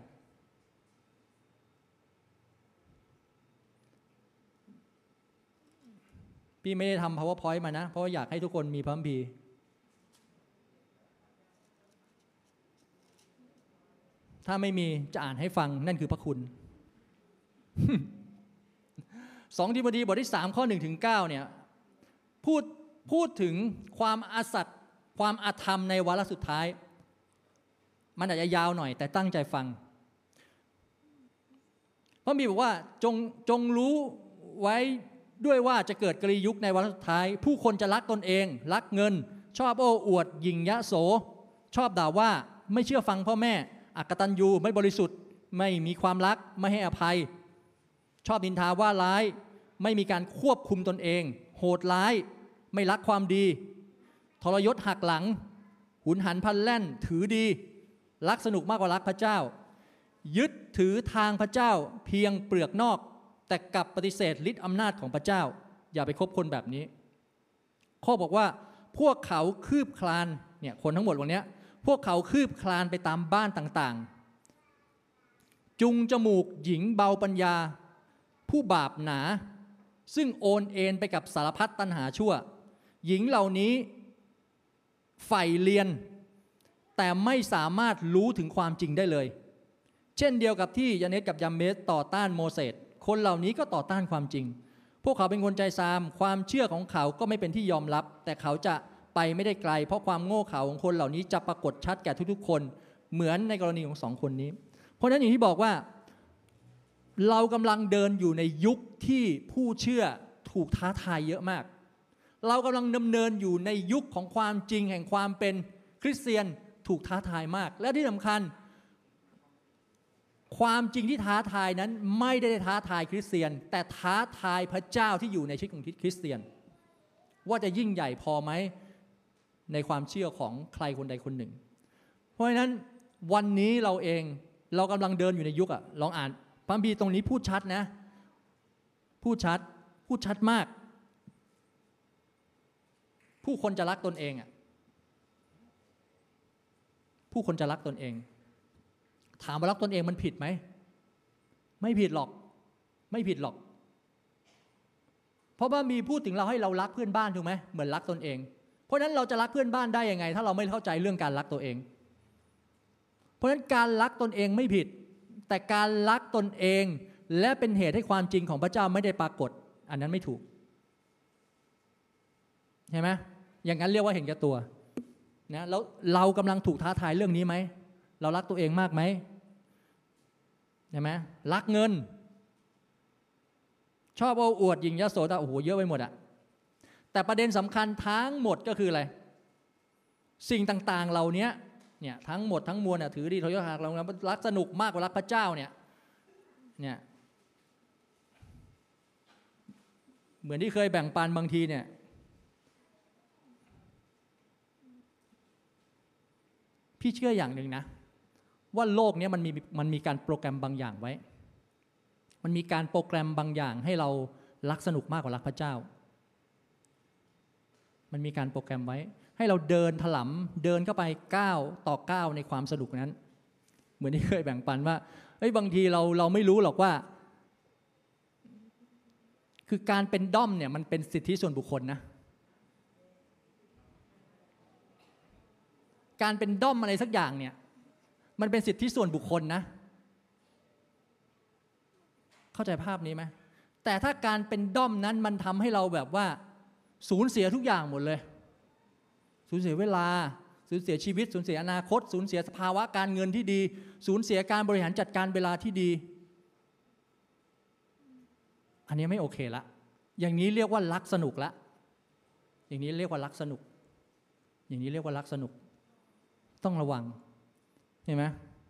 S1: พี่ไม่ได้ทำ PowerPoint มานะเพราะอยากให้ทุกคนมีพระคัมภีร์ถ้าไม่มีจะอ่านให้ฟังนั่นคือพระคุณ สองทิโมธีบทที่สามข้อหนึ่งถึงเก้าเนี่ยพูดพูดถึงความอาสัตย์ความอาธรรมในวาระสุดท้ายมันอาจจะยาวหน่อยแต่ตั้งใจฟังพระบิดาบอกว่าจงจงรู้ไว้ด้วยว่าจะเกิดกลียุคในวาระสุดท้ายผู้คนจะรักตนเองรักเงินชอบโอ้อวดหยิ่งยโสชอบด่าว่าไม่เชื่อฟังพ่อแม่อกตัญญูไม่บริสุทธิ์ไม่มีความรักไม่ให้อภัยชอบนินทาว่าร้ายไม่มีการควบคุมตนเองโหดร้ายไม่รักความดีทรยศหักหลังหุนหันพลันแล่นถือดีรักสนุกมากกว่ารักพระเจ้ายึดถือทางพระเจ้าเพียงเปลือกนอกแต่กลับปฏิเสธฤทธิ์อำนาจของพระเจ้าอย่าไปคบคนแบบนี้ข้อบอกว่าพวกเขาคืบคลานเนี่ยคนทั้งหมดวันนี้พวกเขาคืบคลานไปตามบ้านต่างๆจุงจมูกหญิงเบาปัญญาผู้บาปหนาซึ่งโอนเอ็นไปกับสารพัดตัณหาชั่วหญิงเหล่านี้ใฝ่เรียนแต่ไม่สามารถรู้ถึงความจริงได้เลยเช่นเดียวกับที่ยาเนสกับยามเมสต่อต้านโมเสสคนเหล่านี้ก็ต่อต้านความจริงพวกเขาเป็นคนใจซามความเชื่อของเขาก็ไม่เป็นที่ยอมรับแต่เขาจะไปไม่ได้ไกลเพราะความโง่เขลาของคนเหล่านี้จะปรากฏชัดแก่ทุกๆคนเหมือนในกรณีของสองคนนี้เพราะฉะนั้นอย่างที่บอกว่าเรากำลังเดินอยู่ในยุคที่ผู้เชื่อถูกท้าทายเยอะมากเรากำลังดำเนินอยู่ในยุคของความจริงแห่งความเป็นคริสเตียนถูกท้าทายมากและที่สำคัญความจริงที่ท้าทายนั้นไม่ได้ท้าทายคริสเตียนแต่ท้าทายพระเจ้าที่อยู่ในชีวิตของคริสเตียนว่าจะยิ่งใหญ่พอไหมในความเชื่อของใครคนใดคนหนึ่งเพราะฉะนั้นวันนี้เราเองเรากำลังเดินอยู่ในยุคอะลองอ่านพระคัมภีร์ตรงนี้พูดชัดนะพูดชัดพูดชัดมากผู้คนจะรักตนเองอะผู้คนจะรักตนเองถามว่ารักตนเองมันผิดไหมไม่ผิดหรอกไม่ผิดหรอกเพราะว่ามีพูดถึงเราให้เรารักเพื่อนบ้านถูกไหมเหมือนรักตนเองเพราะฉะนั้นเราจะรักเพื่อนบ้านได้ยังไงถ้าเราไม่เข้าใจเรื่องการรักตัวเองเพราะฉะนั้นการรักตนเองไม่ผิดแต่การรักตนเองและเป็นเหตุให้ความจริงของพระเจ้าไม่ได้ปรากฏอันนั้นไม่ถูกใช่ไหมอย่างนั้นเรียกว่าเห็นแก่ตัวนะแล้วเรากำลังถูกท้าทายเรื่องนี้ไหมเรารักตัวเองมากไหมใช่ไหมรักเงินชอบเอาอวดหยิ่งยโสแต่โอ้โหเยอะไปหมดอะแต่ประเด็นสำคัญทั้งหมดก็คืออะไรสิ่งต่างๆเหล่านี้เนี่ยทั้งหมดทั้งมวลน่ะถือดีทรยศหักเรารักสนุกมากกว่ารักพระเจ้าเนี่ยเนี่ยเหมือนที่เคยแบ่งปันบางทีเนี่ยพี่เชื่ออย่างหนึ่งนะว่าโลกนี้มันมีมันมีการโปรแกรมบางอย่างไว้มันมีการโปรแกรมบางอย่างให้เรารักสนุกมากกว่ารักพระเจ้ามันมีการโปรแกรมไว้ให้เราเดินถลำเดินเข้าไปก้าวต่อก้าวในความสนุกนั้นเหมือนที่เคยแบ่งปันว่าเฮ้ยบางทีเราเราไม่รู้หรอกว่าคือการเป็นด้อมเนี่ยมันเป็นสิทธิส่วนบุคคลนะการเป็นด้อมอะไรสักอย่างเนี่ยมันเป็นสิทธิส่วนบุคคลนะเข้าใจภาพนี้ไหมแต่ถ้าการเป็นด้อมนั้นมันทำให้เราแบบว่าสูญเสียทุกอย่างหมดเลยสูญเสียเวลาสูญเสียชีวิตสูญเสียอนาคตสูญเสียสภาวะการเงินที่ดีสูญเสียการบริหารจัดการเวลาที่ดีอันนี้ไม่โอเคละอย่างนี้เรียกว่ารักสนุกละอย่างนี้เรียกว่ารักสนุกอย่างนี้เรียกว่ารักสนุกต้องระวังเห็นไหม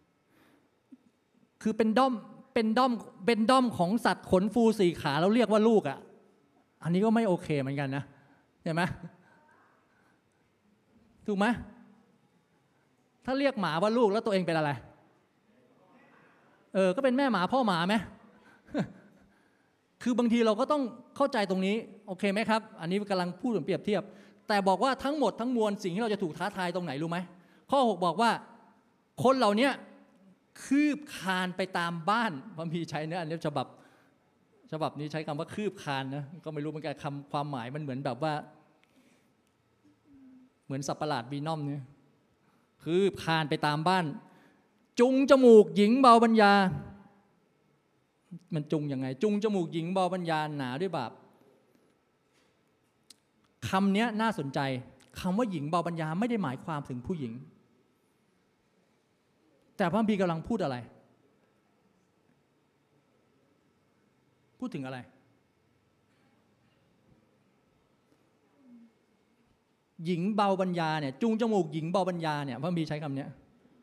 S1: คือเป็นด้อมเป็นด้อมเป็นด้อมของสัตว์ขนฟูสี่ขาแล้วเรียกว่าลูกอ่ะอันนี้ก็ไม่โอเคเหมือนกันนะเห็นไหมถูกไหมถ้าเรียกหมาว่าลูกแล้วตัวเองเป็นอะไรเออก็เป็นแม่หมาพ่อหมาไหม คือบางทีเราก็ต้องเข้าใจตรงนี้โอเคไหมครับอันนี้กำลังพูดถึงเปรียบเทียบแต่บอกว่าทั้งหมดทั้งมวลสิ่งที่เราจะถูกท้าทายตรงไหนรู้ไหมข้อหกบอกว่าคนเหล่านี้คืบคานไปตามบ้านพระคัมภีร์ใช้เนื้ออันนี้ฉบับฉบับนี้ใช้คำว่าคืบคานนะก็ไม่รู้เหมือนกันคำความหมายมันเหมือนแบบว่าเหมือนสับประหลาดบีนอมเนี่ยคืบคานไปตามบ้านจุงจมูกหญิงเบาปัญญามันจุงยังไงจุงจมูกหญิงเบาปัญญาหนาด้วยบาปคำนี้น่าสนใจคำว่าหญิงเบาปัญญาไม่ได้หมายความถึงผู้หญิงแต่พระคัมภีร์กำลังพูดอะไรพูดถึงอะไรหญิงเบาปัญญาเนี่ยจุงจมูกหญิงเบาปัญญาเนี่ยพระคัมภีร์ใช้คำนี้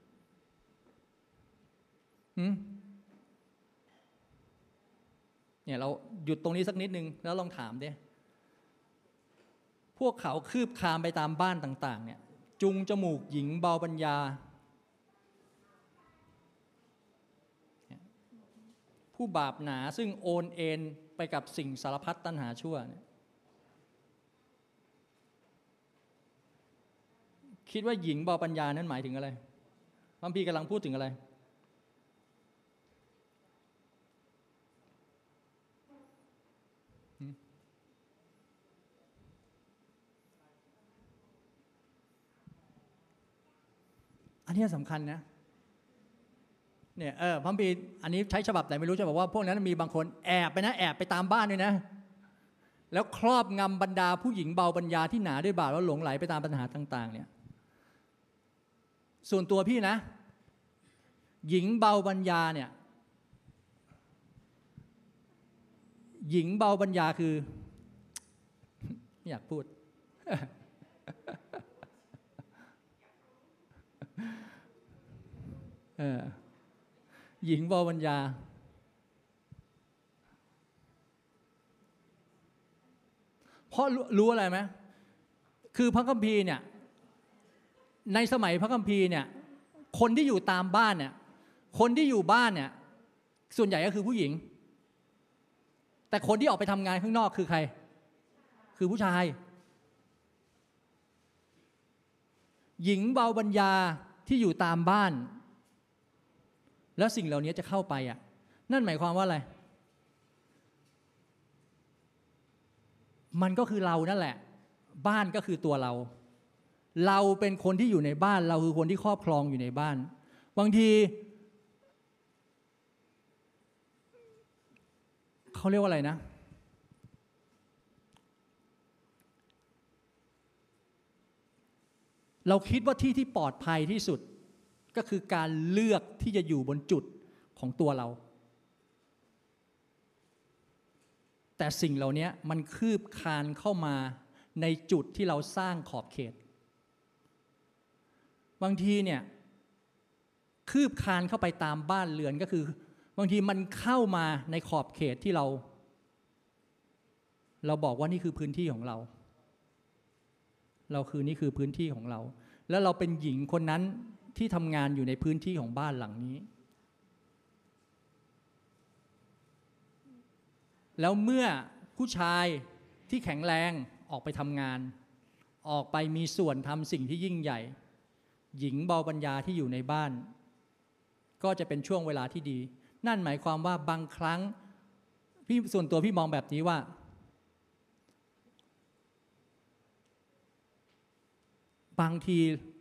S1: เนี่ยเราหยุดตรงนี้สักนิดนึงแล้วลองถามดิพวกเขาคืบคลานไปตามบ้านต่างๆเนี่ยจุงจมูกหญิงเบาปัญญาผู้บาปหนาซึ่งโอนเอ็นไปกับสิ่งสารพัดตัณหาชั่วเนี่ยคิดว่าหญิงเบาปัญญานั้นหมายถึงอะไรพระคัมภีร์กำลังพูดถึงอะไรอันนี้สำคัญนะเนี่ยเออพระคัมภีร์อันนี้ใช้ฉบับไหนไม่รู้จะบอกว่าพวกนั้นมีบางคนแอบไปนะแอบไปตามบ้านด้วยนะแล้วครอบงำบรรดาผู้หญิงเบาปัญญาที่หนาด้วยบาปแล้วหลงไหลไปตามปัญหาต่างๆเนี่ยส่วนตัวพี่นะหญิงเบาปัญญาเนี่ยหญิงเบาปัญญาคือไม่อยากพูด เออหญิงเบาปัญญาเพราะรู้อะไรไหมคือพระคัมภีร์เนี่ยในสมัยพระคัมภีร์เนี่ยคนที่อยู่ตามบ้านเนี่ยคนที่อยู่บ้านเนี่ยส่วนใหญ่ก็คือผู้หญิงแต่คนที่ออกไปทำงานข้างนอกคือใครคือผู้ชายหญิงเบาปัญญาที่อยู่ตามบ้านแล้วสิ่งเหล่านี้จะเข้าไปอ่ะนั่นหมายความว่าอะไรมันก็คือเรานั่นแหละบ้านก็คือตัวเราเราเป็นคนที่อยู่ในบ้านเราคือคนที่ครอบครองอยู่ในบ้านบางทีเขาเรียกว่าอะไรนะเราคิดว่าที่ที่ปลอดภัยที่สุดก็คือการเลือกที่จะอยู่บนจุดของตัวเราแต่สิ่งเหล่านี้มันคืบคลานเข้ามาในจุดที่เราสร้างขอบเขตบางทีเนี่ยคืบคลานเข้าไปตามบ้านเรือนก็คือบางทีมันเข้ามาในขอบเขตที่เราเราบอกว่านี่คือพื้นที่ของเราเราคือนี่คือพื้นที่ของเราแล้วเราเป็นหญิงคนนั้นที่ทำงานอยู่ในพื้นที่ของบ้านหลังนี้แล้วเมื่อผู้ชายที่แข็งแรงออกไปทำงานออกไปมีส่วนทำสิ่งที่ยิ่งใหญ่หญิงเบาปัญญาที่อยู่ในบ้านก็จะเป็นช่วงเวลาที่ดีนั่นหมายความว่าบางครั้งพี่ส่วนตัวพี่มองแบบนี้ว่าบางที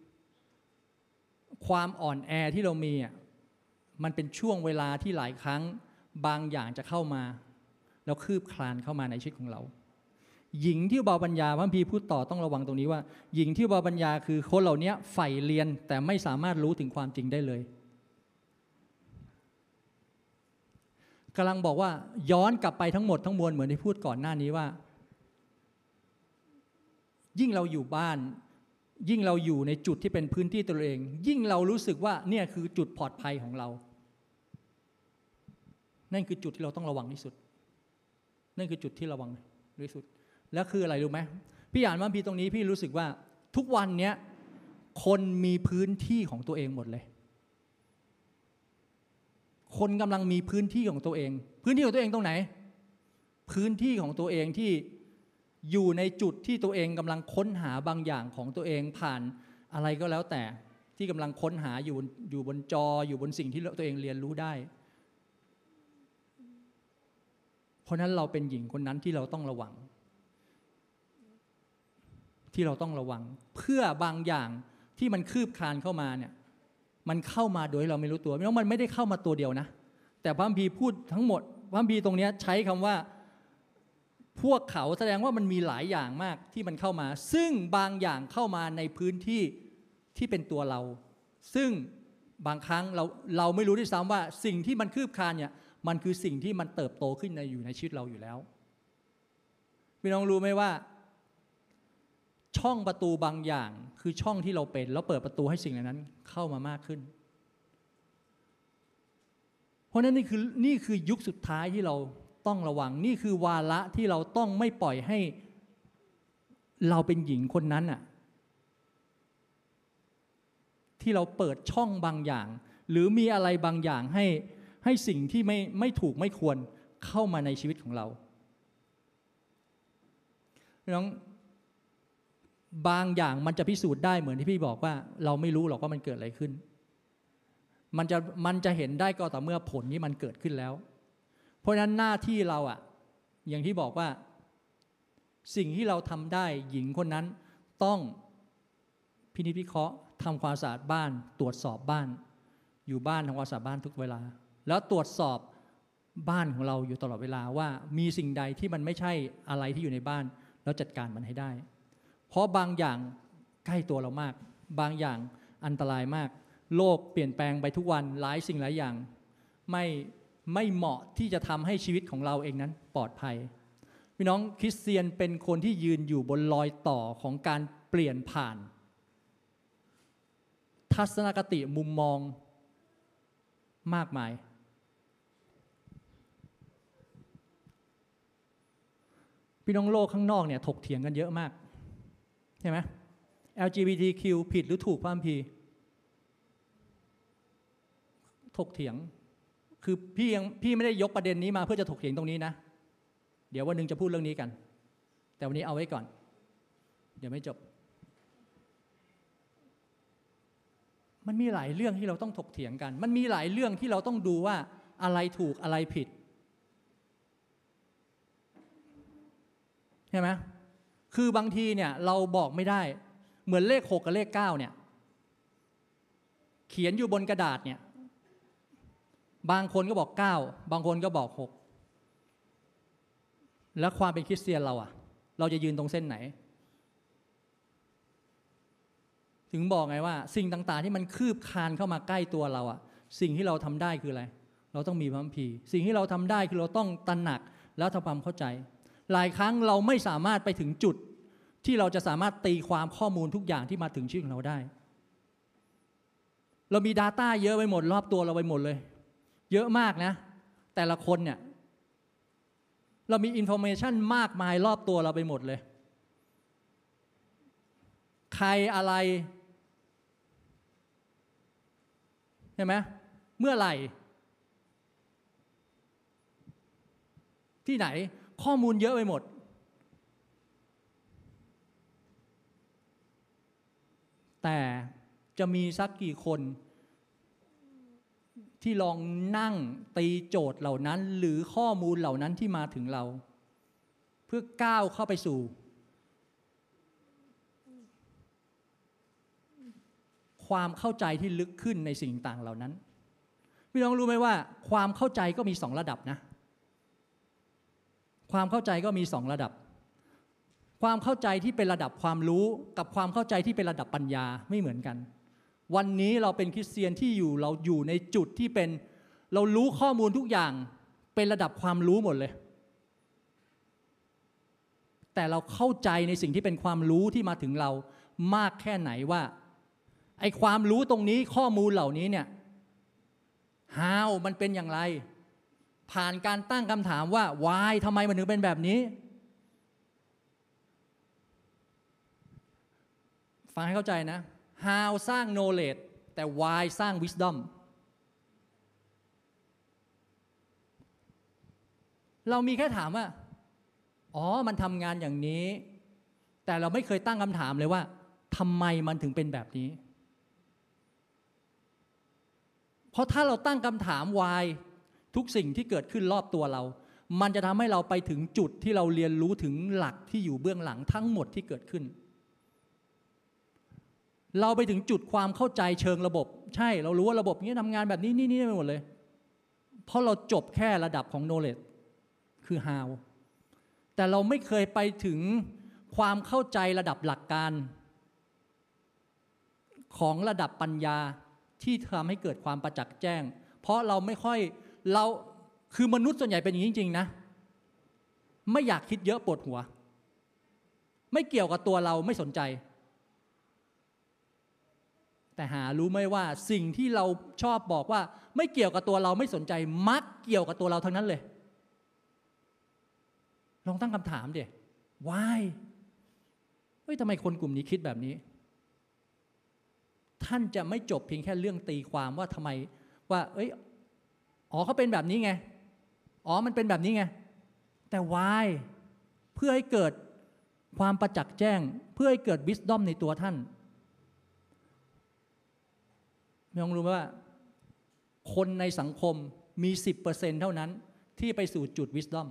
S1: ความอ่อนแอที่เรามีอ่ะมันเป็นช่วงเวลาที่หลายครั้งบางอย่างจะเข้ามาแล้วคืบคลานเข้ามาในชีวิตของเราหญิงที่เบาปัญญาพระคัมภีร์พูดต่อต้องระวังตรงนี้ว่าหญิงที่เบาปัญญาคือคนเหล่านี้ใฝ่เรียนแต่ไม่สามารถรู้ถึงความจริงได้เลยกำลังบอกว่าย้อนกลับไปทั้งหมดทั้งมวลเหมือนที่พูดก่อนหน้านี้ว่ายิ่งเราอยู่บ้านยิ่งเราอยู่ในจุดที่เป็นพื้นที่ตัวเองยิ่งเรารู้สึกว่าเนี่ยคือจุดปลอดภัยของเรานั่นคือจุดที่เราต้องระวังที่สุดนั่นคือจุดที่ระวังที่สุดแล้วคืออะไรรู้ไหมพี่อ่านพระคัมภีร์ตรงนี้พี่รู้สึกว่าทุกวันนี้คนมีพื้นที่ของตัวเองหมดเลยคนกำลังมีพื้นที่ของตัวเองพื้นที่ของตัวเองตรงไหนพื้นที่ของตัวเองที่อยู่ในจุดที่ตัวเองกำลังค้นหาบางอย่างของตัวเองผ่านอะไรก็แล้วแต่ที่กำลังค้นหาอยู่อยู่บนจออยู่บนสิ่งที่ตัวเองเรียนรู้ได้เพราะนั้นเราเป็นหญิงคนนั้นที่เราต้องระวังที่เราต้องระวังเพื่อบางอย่างที่มันคืบคลานเข้ามาเนี่ยมันเข้ามาโดยเราไม่รู้ตัวไม่ว่ามันไม่ได้เข้ามาตัวเดียวนะแต่พระคัมภีร์พูดทั้งหมดพระคัมภีร์ตรงนี้ใช้คำว่าพวกเขาแสดงว่ามันมีหลายอย่างมากที่มันเข้ามาซึ่งบางอย่างเข้ามาในพื้นที่ที่เป็นตัวเราซึ่งบางครั้งเราเราไม่รู้ด้วยซ้ำว่าสิ่งที่มันคืบคลานเนี่ยมันคือสิ่งที่มันเติบโตขึ้นในอยู่ในชีวิตเราอยู่แล้วพี่น้องรู้ไหมว่าช่องประตูบางอย่างคือช่องที่เราเป็นแล้วเปิดประตูให้สิ่งเหล่านั้นเข้ามามากขึ้นเพราะนั้นนี่คือนี่คือยุคสุดท้ายที่เราต้องระวังนี่คือวาระที่เราต้องไม่ปล่อยให้เราเป็นหญิงคนนั้นน่ะที่เราเปิดช่องบางอย่างหรือมีอะไรบางอย่างให้ให้สิ่งที่ไม่ไม่ถูกไม่ควรเข้ามาในชีวิตของเราพี่น้องบางอย่างมันจะพิสูจน์ได้เหมือนที่พี่บอกว่าเราไม่รู้หรอกว่ามันเกิดอะไรขึ้นมันจะมันจะเห็นได้ก็ต่อเมื่อผลที่มันเกิดขึ้นแล้วเพราะฉะนั้นหน้าที่เราอ่ะอย่างที่บอกว่าสิ่งที่เราทำได้หญิงคนนั้นต้องพินิจพิเคราะห์ทำความสะอาดบ้านตรวจสอบบ้านอยู่บ้านทำความสะอาดบ้านทุกเวลาแล้วตรวจสอบบ้านของเราอยู่ตลอดเวลาว่ามีสิ่งใดที่มันไม่ใช่อะไรที่อยู่ในบ้านแล้วจัดการมันให้ได้เพราะบางอย่างใกล้ตัวเรามากบางอย่างอันตรายมากโลกเปลี่ยนแปลงไปทุกวันหลายสิ่งหลายอย่างไม่ไม่เหมาะที่จะทำให้ชีวิตของเราเองนั้นปลอดภัยพี่น้องคริสเตียนเป็นคนที่ยืนอยู่บนรอยต่อของการเปลี่ยนผ่านทัศนคติมุมมองมากมายพี่น้องโลกข้างนอกเนี่ยถกเถียงกันเยอะมากใช่ไหม แอล จี บี ที คิว ผิดหรือถูกพระคัมภีร์ถกเถียงคือพี่ยังพี่ไม่ได้ยกประเด็นนี้มาเพื่อจะถกเถียงตรงนี้นะเดี๋ยววันนึงจะพูดเรื่องนี้กันแต่วันนี้เอาไว้ก่อนเดี๋ยวไม่จบมันมีหลายเรื่องที่เราต้องถกเถียงกันมันมีหลายเรื่องที่เราต้องดูว่าอะไรถูกอะไรผิดใช่ไหมคือบางทีเนี่ยเราบอกไม่ได้เหมือนเลขหกกับเลขเก้าเนี่ยเขียนอยู่บนกระดาษเนี่ยบางคนก็บอกเก้าบางคนก็บอกหกแล้วความเป็นคริสเตียนเราอะเราจะยืนตรงเส้นไหนถึงบอกไงว่าสิ่งต่างๆที่มันคืบคลานเข้ามาใกล้ตัวเราอะสิ่งที่เราทำได้คืออะไรเราต้องมีพระคัมภีร์สิ่งที่เราทำได้คือเราต้องตระหนักแล้วทำความเข้าใจหลายครั้งเราไม่สามารถไปถึงจุดที่เราจะสามารถตีความข้อมูลทุกอย่างที่มาถึงชีวิตของเราได้เรามี Data เยอะไปหมดรอบตัวเราไปหมดเลยเยอะมากนะแต่ละคนเนี่ยเรามี information มากมายรอบตัวเราไปหมดเลยใครอะไรใช่ไหมเมื่อไหร่ที่ไหนข้อมูลเยอะไปหมดแต่จะมีสักกี่คนที่ลองนั่งตีโจทย์เหล่านั้นหรือข้อมูลเหล่านั้นที่มาถึงเราเพื่อก้าวเข้าไปสู่ความเข้าใจที่ลึกขึ้นในสิ่งต่างเหล่านั้นพี่น้องรู้ไหมว่าความเข้าใจก็มีสองระดับนะความเข้าใจก็มีสองระดับความเข้าใจที่เป็นระดับความรู้กับความเข้าใจที่เป็นระดับปัญญาไม่เหมือนกันวันนี้เราเป็นคริสเตียนที่อยู่เราอยู่ในจุดที่เป็นเรารู้ข้อมูลทุกอย่างเป็นระดับความรู้หมดเลยแต่เราเข้าใจในสิ่งที่เป็นความรู้ที่มาถึงเรามากแค่ไหนว่าไอ้ความรู้ตรงนี้ข้อมูลเหล่านี้เนี่ย how มันเป็นอย่างไรผ่านการตั้งคำถามว่า why ทำไมมันถึงเป็นแบบนี้ฟังให้เข้าใจนะ how สร้าง knowledge แต่ why สร้าง wisdom เรามีแค่ถามว่าอ๋อมันทำงานอย่างนี้แต่เราไม่เคยตั้งคำถามเลยว่าทำไมมันถึงเป็นแบบนี้เพราะถ้าเราตั้งคำถาม why ทุกสิ่งที่เกิดขึ้นรอบตัวเรามันจะทำให้เราไปถึงจุดที่เราเรียนรู้ถึงหลักที่อยู่เบื้องหลังทั้งหมดที่เกิดขึ้นเราไปถึงจุดความเข้าใจเชิงระบบใช่เรารู้ว่าระบบนี้ทำงานแบบนี้นี่นี่ไปหมดเลยเพราะเราจบแค่ระดับของ knowledge คือ how แต่เราไม่เคยไปถึงความเข้าใจระดับหลักการของระดับปัญญาที่ทำให้เกิดความประจักษ์แจ้งเพราะเราไม่ค่อยเราคือมนุษย์ส่วนใหญ่เป็นอย่างนี้จริงๆนะไม่อยากคิดเยอะปวดหัวไม่เกี่ยวกับตัวเราไม่สนใจแต่หารู้ไหมว่าสิ่งที่เราชอบบอกว่าไม่เกี่ยวกับตัวเราไม่สนใจมักเกี่ยวกับตัวเราทั้งนั้นเลยลองตั้งคำถามดิ why เฮ้ยทำไมคนกลุ่มนี้คิดแบบนี้ท่านจะไม่จบเพียงแค่เรื่องตีความว่าทำไมว่าเอ้ยอ๋อเขาเป็นแบบนี้ไงอ๋อมันเป็นแบบนี้ไงแต่ why เพื่อให้เกิดความประจักษ์แจ้งเพื่อให้เกิด wisdom ในตัวท่านไม่ต้องรู้ไหมว่าคนในสังคมมี สิบเปอร์เซ็นต์ เท่านั้นที่ไปสู่จุด wisdom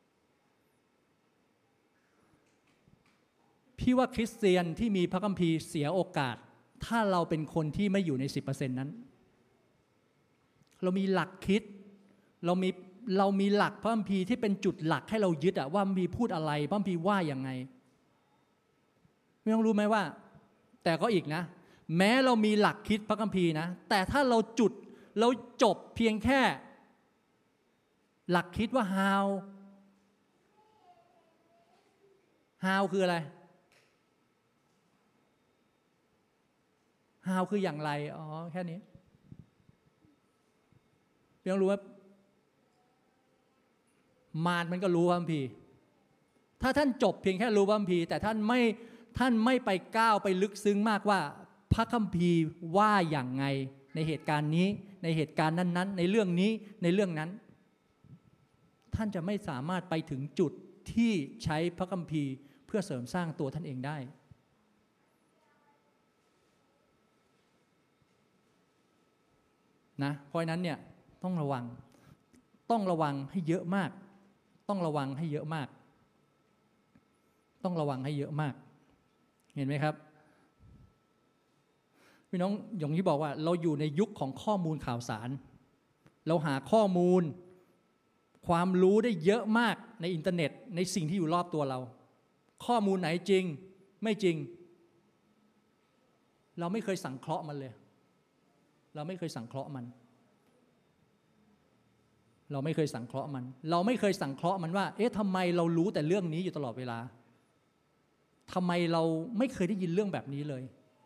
S1: พี่ว่าคริสเตียนที่มีพระคัมภีร์เสียโอกาสถ้าเราเป็นคนที่ไม่อยู่ใน สิบเปอร์เซ็นต์ นั้นเรามีหลักคิดเรามีเรามีหลักพระคัมภีร์ที่เป็นจุดหลักให้เรายึดอะว่าพระคัมภีร์พูดอะไรพระคัมภีร์ว่าอย่างไงไม่ต้องรู้ไหมว่าแต่ก็อีกนะแม้เรามีหลักคิดพระคัมภีร์นะแต่ถ้าเราจุดเราจบเพียงแค่หลักคิดว่า how how คืออะไร how คืออย่างไรอ๋อแค่นี้ไม่ต้องรู้ว่ามารมันก็รู้พระคัมภีร์ถ้าท่านจบเพียงแค่รู้พระคัมภีร์แต่ท่านไม่ท่านไม่ไปก้าวไปลึกซึ้งมากว่าพระคัมภีร์ว่าอย่างไงในเหตุการณ์นี้ในเหตุการณ์นั้นๆในเรื่องนี้ในเรื่องนั้นท่านจะไม่สามารถไปถึงจุดที่ใช้พระคัมภีร์เพื่อเสริมสร้างตัวท่านเองได้นะเพราะฉะนั้นเนี่ยต้องระวังต้องระวังให้เยอะมากต้องระวังให้เยอะมากต้องระวังให้เยอะมากเห็นไหมครับพี่น้องอย่างที่บอกว่าเราอยู่ในยุคของข้อมูลข่าวสารเราหาข้อมูลความรู้ได้เยอะมากในอินเทอร์เน็ตในสิ่งที่อยู่รอบตัวเราข้อมูลไหนจริงไม่จริงเราไม่เคยสังเคราะห์มันเลยเราไม่เคยสังเคราะห์มันเราไม่เคยสังเคราะห์มันเราไม่เคยสังเคราะห์มันว่าเอ๊ะทำไมเรารู้แต่เรื่องนี้อยู่ตลอดเวลาทำไมเราไม่เคยได้ยินเรื่องแบบนี้เลย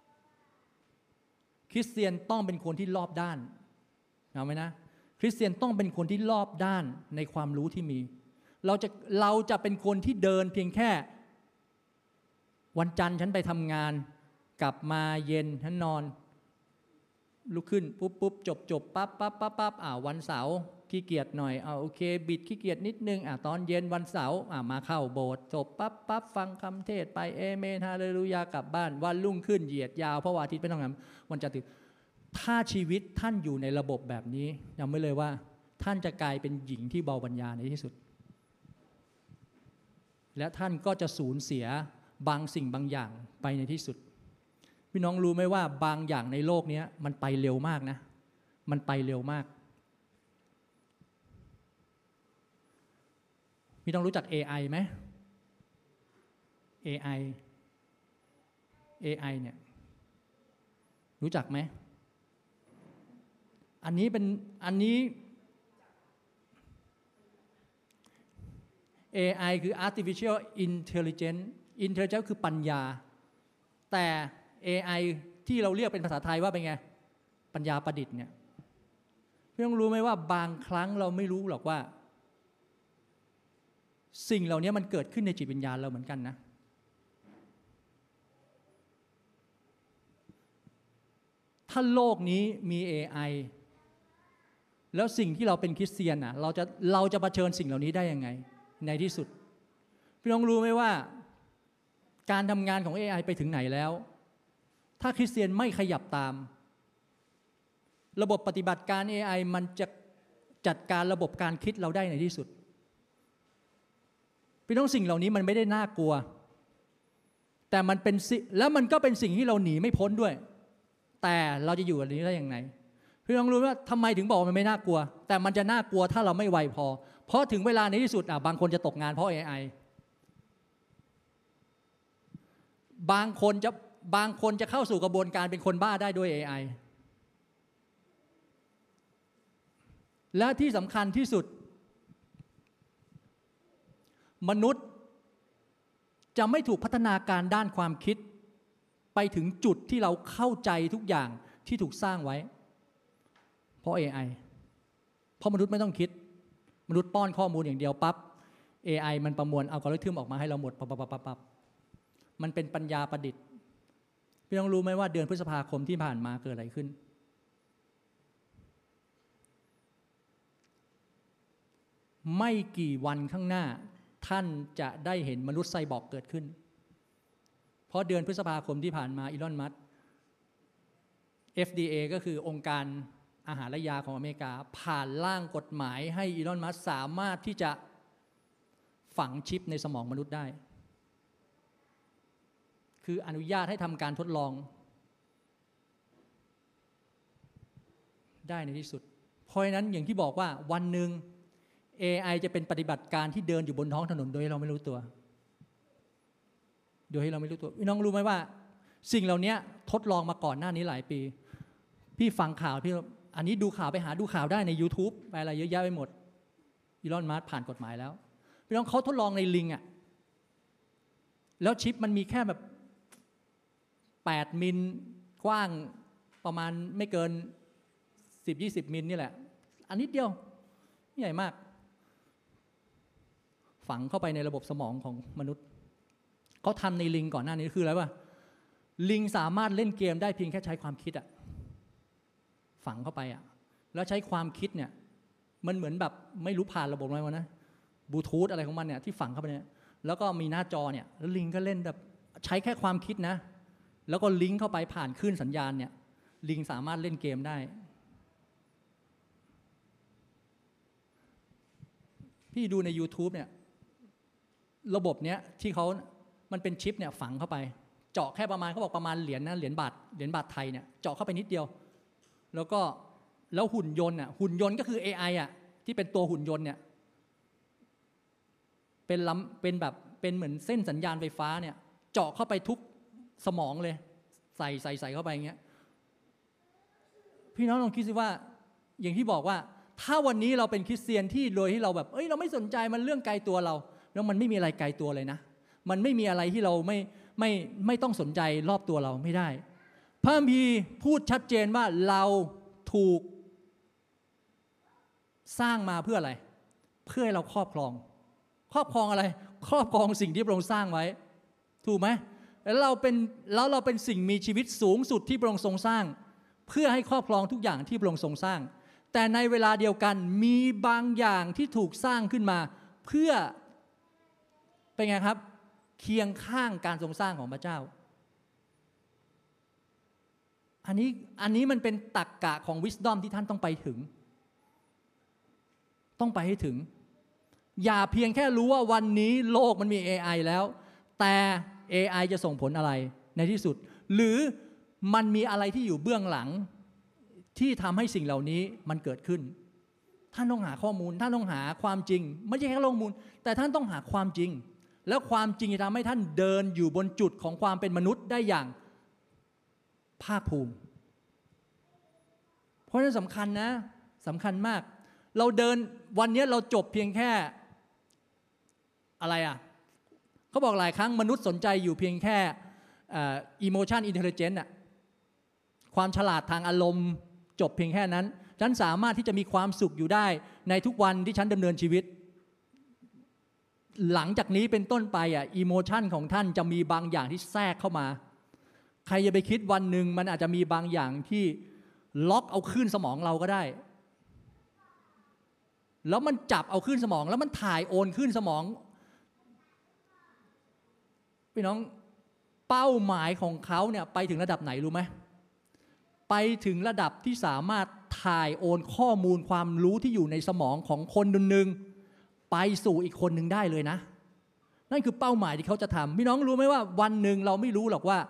S1: คริสเตียนต้องเป็นคนที่รอบด้านเอาไหมนะคริสเตียนต้องเป็นคนที่รอบด้านในความรู้ที่มีเราจะเราจะเป็นคนที่เดินเพียงแค่วันจันทร์ฉันไปทำงานกลับมาเย็นฉันนอนลุกขึ้นปุ๊บปุ๊บจบจบปั๊บปั๊บปั๊บปั๊บอ่าวันเสาร์ขี้เกียจหน่อยอ่าโอเคบิดขี้เกียจนิดนึงอ่าตอนเย็นวันเสาร์อ่ามาเข้าโบสถ์จบปั๊บปั๊บฟังคำเทศไปเอเมนฮาเลลูยากลับบ้านวันรุ่งขึ้นเหยียดยาวเพราะวันอาทิตย์ไม่ต้องทำวันจันทร์ตื่นถ้าชีวิตท่านอยู่ในระบบแบบนี้จำไว้เลยว่าท่านจะกลายเป็นหญิงที่เบาปัญญาในที่สุดและท่านก็จะสูญเสียบางสิ่งบางอย่างไปในที่สุดพี่น้องรู้ไหมว่าบางอย่างในโลกนี้มันไปเร็วมากนะมันไปเร็วมากพี่น้องรู้จัก เอ ไอ ไหม เอ ไอ เอ ไอ เนี่ยรู้จักไหมอันนี้เป็นอันนี้ เอ ไอ คือ artificial intelligence intelligence คือปัญญาแต่ เอ ไอ ที่เราเรียกเป็นภาษาไทยว่าเป็นไงปัญญาประดิษฐ์เนี่ยพี่ต้องรู้ไหมว่าบางครั้งเราไม่รู้หรอกว่าสิ่งเหล่านี้มันเกิดขึ้นในจิตวิญญาณเราเหมือนกันนะถ้าโลกนี้มี เอ ไอ แล้วสิ่งที่เราเป็นคริสเตียนน่ะเราจะเราจะเผชิญสิ่งเหล่านี้ได้ยังไงในที่สุดพี่ต้องรู้ไหมว่าการทำงานของ เอ ไอ ไปถึงไหนแล้วถ้าคริสเตียนไม่ขยับตามระบบปฏิบัติการ เอ ไอ มันจะจัดการระบบการคิดเราได้ในที่สุดพี่น้องสิ่งเหล่านี้มันไม่ได้น่ากลัวแต่มันเป็นแล้วมันก็เป็นสิ่งที่เราหนีไม่พ้นด้วยแต่เราจะอยู่กับนี้ได้ยังไงพี่น้องรู้ว่าทำไมถึงบอกมันไม่น่ากลัวแต่มันจะน่ากลัวถ้าเราไม่ไวพอเพราะถึงเวลาในที่สุดอ่ะบางคนจะตกงานเพราะ เอ ไอ บางคนจะบางคนจะเข้าสู่กระบวนการเป็นคนบ้าได้ด้วย เอ ไอ และที่สำคัญที่สุดมนุษย์จะไม่ถูกพัฒนาการด้านความคิดไปถึงจุดที่เราเข้าใจทุกอย่างที่ถูกสร้างไว้เพราะ เอ ไอ เพราะมนุษย์ไม่ต้องคิดมนุษย์ป้อนข้อมูลอย่างเดียวปั๊บ เอ ไอ มันประมวลอัลกอริทึมออกมาให้เราหมดปั๊บปั๊บปั๊บปั๊บมันเป็นปัญญาประดิษฐ์พี่ต้องรู้ไหมว่าเดือนพฤษภาคมที่ผ่านมาเกิดอะไรขึ้นไม่กี่วันข้างหน้าท่านจะได้เห็นมนุษย์ไซบอร์กเกิดขึ้นเพราะเดือนพฤษภาคมที่ผ่านมาอีลอน มัสก์ เอฟ ดี เอ ก็คือองค์การอาหารและยาของอเมริกาผ่านร่างกฎหมายให้อีลอน มัสก์สามารถที่จะฝังชิปในสมองมนุษย์ได้คืออนุญาตให้ทำการทดลองได้ในที่สุดเพราะฉะนั้นอย่างที่บอกว่าวันหนึ่งเอ ไอ จะเป็นปฏิบัติการที่เดินอยู่บนท้องถนนโดยเราไม่รู้ตัวโดยให้เราไม่รู้ตัวพี่น้องรู้ไหมว่าสิ่งเหล่านี้ทดลองมาก่อนหน้านี้หลายปีพี่ฟังข่าวพี่อันนี้ดูข่าวไปหาดูข่าวได้ใน YouTube ไปอะไรเยอะแยะไปหมดอีลอนมัสก์ผ่านกฎหมายแล้วพี่น้องเขาทดลองในลิงอ่ะแล้วชิปมันมีแค่แบบแปดมิลกว้างประมาณไม่เกิน สิบถึงยี่สิบ มิลนี่แหละอันนิดเดียวใหญ่มากฝังเข้าไปในระบบสมองของมนุษย์เขาทำในลิงก่อนหน้านี้คืออะไรวะลิงสามารถเล่นเกมได้เพียงแค่ใช้ความคิดอะฝังเข้าไปอะแล้วใช้ความคิดเนี่ยมันเหมือนแบบไม่รู้ผ่านระบบอะไรวะนะบลูทูธอะไรของมันเนี่ยที่ฝังเข้าไปเนี่ยแล้วก็มีหน้าจอเนี่ยแล้วลิงก็เล่นแบบใช้แค่ความคิดนะแล้วก็ลิงก์เข้าไปผ่านคลื่นสัญญาณเนี่ยลิงสามารถเล่นเกมได้พี่ดูใน YouTube เนี่ยระบบเนี้ยที่เขามันเป็นชิปเนี่ยฝังเข้าไปเจาะแค่ประมาณเขาบอกประมาณเหรียญนะเหรียญบาทเหรียญบาทไทยเนี่ยเจาะเข้าไปนิดเดียวแล้วก็แล้วหุ่นยนต์อ่ะหุ่นยนต์ก็คือ เอ ไอ อ่ะที่เป็นตัวหุ่นยนต์เนี่ยเป็นลำเป็นแบบเป็นเหมือนเส้นสัญญาณไฟฟ้าเนี่ยเจาะเข้าไปทุกสมองเลยใส่ใส่ใส่เข้าไปอย่างเงี้ยพี่น้องลองคิดสิว่าอย่างที่บอกว่าถ้าวันนี้เราเป็นคริสเตียนที่โดยที่เราแบบเอ้ยเราไม่สนใจมันเรื่องไกลตัวเราแล้วมันไม่มีอะไรไกลตัวเลยนะมันไม่มีอะไรที่เราไม่ไม่ไม่ต้องสนใจรอบตัวเราไม่ได้พระคัมภีร์พูดชัดเจนว่าเราถูกสร้างมาเพื่ออะไรเพื่อให้เราครอบครองครอบครองอะไรครอบครองสิ่งที่พระองค์สร้างไว้ถูกไหมแล้วเราเป็นแล้วเราเป็นสิ่งมีชีวิตสูงสุดที่พระองค์ทรงสร้างเพื่อให้ครอบครองทุกอย่างที่พระองค์ทรงสร้างแต่ในเวลาเดียวกันมีบางอย่างที่ถูกสร้างขึ้นมาเพื่อเป็นไงครับเคียงข้างการทรงสร้างของพระเจ้าอันนี้อันนี้มันเป็นตรรกะของ wisdom ที่ท่านต้องไปถึงต้องไปให้ถึงอย่าเพียงแค่รู้ว่าวันนี้โลกมันมี เอ ไอ แล้วแต่ เอ ไอ จะส่งผลอะไรในที่สุดหรือมันมีอะไรที่อยู่เบื้องหลังที่ทำให้สิ่งเหล่านี้มันเกิดขึ้นท่านต้องหาข้อมูลท่านต้องหาความจริงไม่ใช่แค่ข้อมูลแต่ท่านต้องหาความจริงแล้วความจริงจะทำให้ท่านเดินอยู่บนจุดของความเป็นมนุษย์ได้อย่างภาคภูมิเพราะฉะนั้นสำคัญนะสำคัญมากเราเดินวันนี้เราจบเพียงแค่อะไรอ่ะเขาบอกหลายครั้งมนุษย์สนใจอยู่เพียงแค่ emotion intelligence อ่ะความฉลาดทางอารมณ์จบเพียงแค่นั้นฉันสามารถที่จะมีความสุขอยู่ได้ในทุกวันที่ฉันดำเนินชีวิตหลังจากนี้เป็นต้นไปอ่ะอิโมชันของท่านจะมีบางอย่างที่แทรกเข้ามาใครจะไปคิดวันหนึ่งมันอาจจะมีบางอย่างที่ล็อกเอาคลื่นสมองเราก็ได้แล้วมันจับเอาคลื่นสมองแล้วมันถ่ายโอนคลื่นสมองพี่น้องเป้าหมายของเขาเนี่ยไปถึงระดับไหนรู้ไหมไปถึงระดับที่สามารถถ่ายโอนข้อมูลความรู้ที่อยู่ในสมองของคนหนึ่งไปสู่อีกคนหนึ่งได้เลยนะนั่นคือเป้าหมายที่เขาจะทำพี่น้องรู้ไหมว่าวันหนึ่งเราไม่รู้หรอกว่า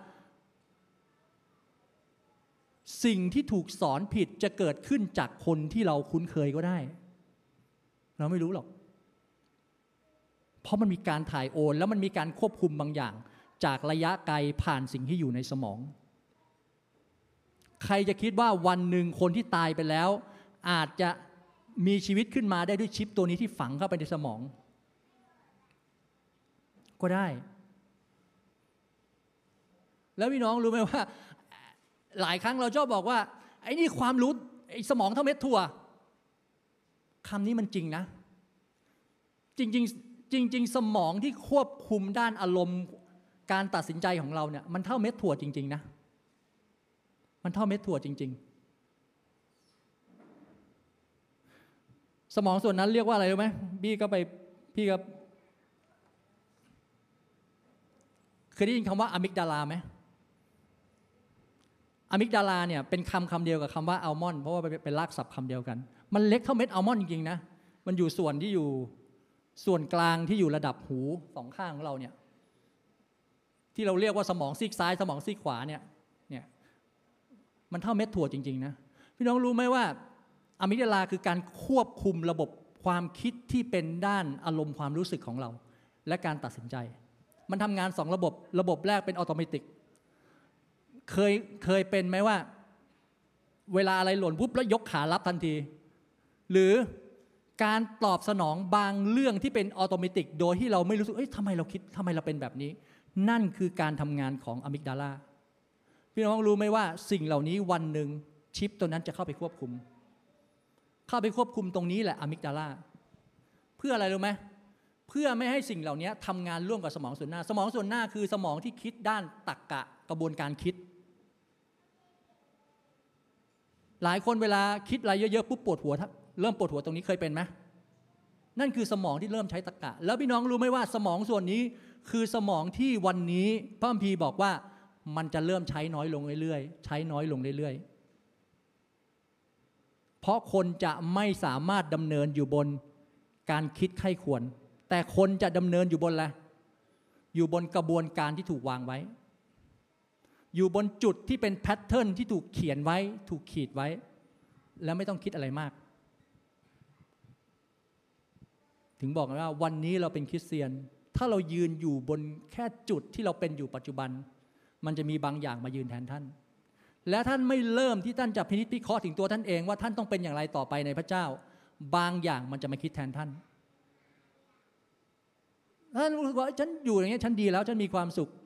S1: สิ่งที่ถูกสอนผิดจะเกิดขึ้นจากคนที่เราคุ้นเคยก็ได้เราไม่รู้หรอกเพราะมันมีการถ่ายโอนแล้วมันมีการควบคุมบางอย่างจากระยะไกลผ่านสิ่งที่อยู่ในสมองใครจะคิดว่าวันหนึ่งคนที่ตายไปแล้วอาจจะมีชีวิตขึ้นมาได้ด้วยชิปตัวนี้ที่ฝังเข้าไปในสมองก็ได้แล้วพี่น้องรู้ไหมว่าหลายครั้งเราชอบบอกว่าไอ้นี่ความรู้ไอ้สมองเท่าเม็ดถั่วคำนี้มันจริงนะจริงๆจริงๆสมองที่ควบคุมด้านอารมณ์การตัดสินใจของเราเนี่ยมันเท่าเม็ดถั่วจริงๆนะมันเท่าเม็ดถั่วจริงๆสมองส่วนนั้นเรียกว่าอะไรรู้ไหมพี่ก็ไปพี่ก็เคยได้ยินคำว่าอะมิกดาลาไหมอะมิกดาลาเนี่ยเป็นคำคำเดียวกับคำว่าอัลมอนด์เพราะว่าเป็นรากศัพท์คำเดียวกันมันเล็กเท่าเม็ดอัลมอนด์จริงๆนะมันอยู่ส่วนที่อยู่ส่วนกลางที่อยู่ระดับหูสองข้างของเราเนี่ยที่เราเรียกว่าสมองซีกซ้ายสมองซีกขวาเนี่ยเนี่ยมันเท่าเม็ดถั่วจริงๆนะพี่น้องรู้ไหมว่าอะมิกดาลาคือการควบคุมระบบความคิดที่เป็นด้านอารมณ์ความรู้สึกของเราและการตัดสินใจมันทำงานสองระบบระบบแรกเป็นอัตโนมัติเคยเคยเป็นไหมว่าเวลาอะไรหล่นปุ๊บแล้วยกขารับทันทีหรือการตอบสนองบางเรื่องที่เป็นอัตโนมัติโดยที่เราไม่รู้สึกเอ้ยทำไมเราคิดทำไมเราเป็นแบบนี้นั่นคือการทำงานของอะมิกดาลาพี่น้องรู้ไหมว่าสิ่งเหล่านี้วันหนึ่งชิปตัวนั้นจะเข้าไปควบคุมเข้าไปควบคุมตรงนี้แหละอะมิกดาลาเพื่ออะไรรู้ไหมเพื่อไม่ให้สิ่งเหล่านี้ทำงานร่วมกับสมองส่วนหน้าสมองส่วนหน้าคือสมองที่คิดด้านตรรกะกระบวนการคิดหลายคนเวลาคิดอะไรเยอะๆปุ๊บปวดหัวเริ่มปวดหัวตรงนี้เคยเป็นไหมนั่นคือสมองที่เริ่มใช้ตรรกะแล้วพี่น้องรู้ไหมว่าสมองส่วนนี้คือสมองที่วันนี้พระคัมภีร์บอกว่ามันจะเริ่มใช้น้อยลงเรื่อยๆใช้น้อยลงเรื่อยๆเพราะคนจะไม่สามารถดำเนินอยู่บนการคิดไข้ควรแต่คนจะดำเนินอยู่บนอะไรอยู่บนกระบวนการที่ถูกวางไว้อยู่บนจุดที่เป็นแพทเทิร์นที่ถูกเขียนไว้ถูกขีดไว้แล้วไม่ต้องคิดอะไรมากถึงบอกว่าวันนี้เราเป็นคริสเตียนถ้าเรายืนอยู่บนแค่จุดที่เราเป็นอยู่ปัจจุบันมันจะมีบางอย่างมายืนแทนท่านและท่านไม่เริ่มที่ท่านจะพินิจพิเคราะห์ถึงตัวท่านเองว่าท่านต้องเป็นอย่างไรต่อไปในพระเจ้าบางอย่างมันจะมาคิดแทนท่านท่านรู้สึกว่าฉันอยู่อย่างนี้ฉันดีแล้วฉันมีความสุข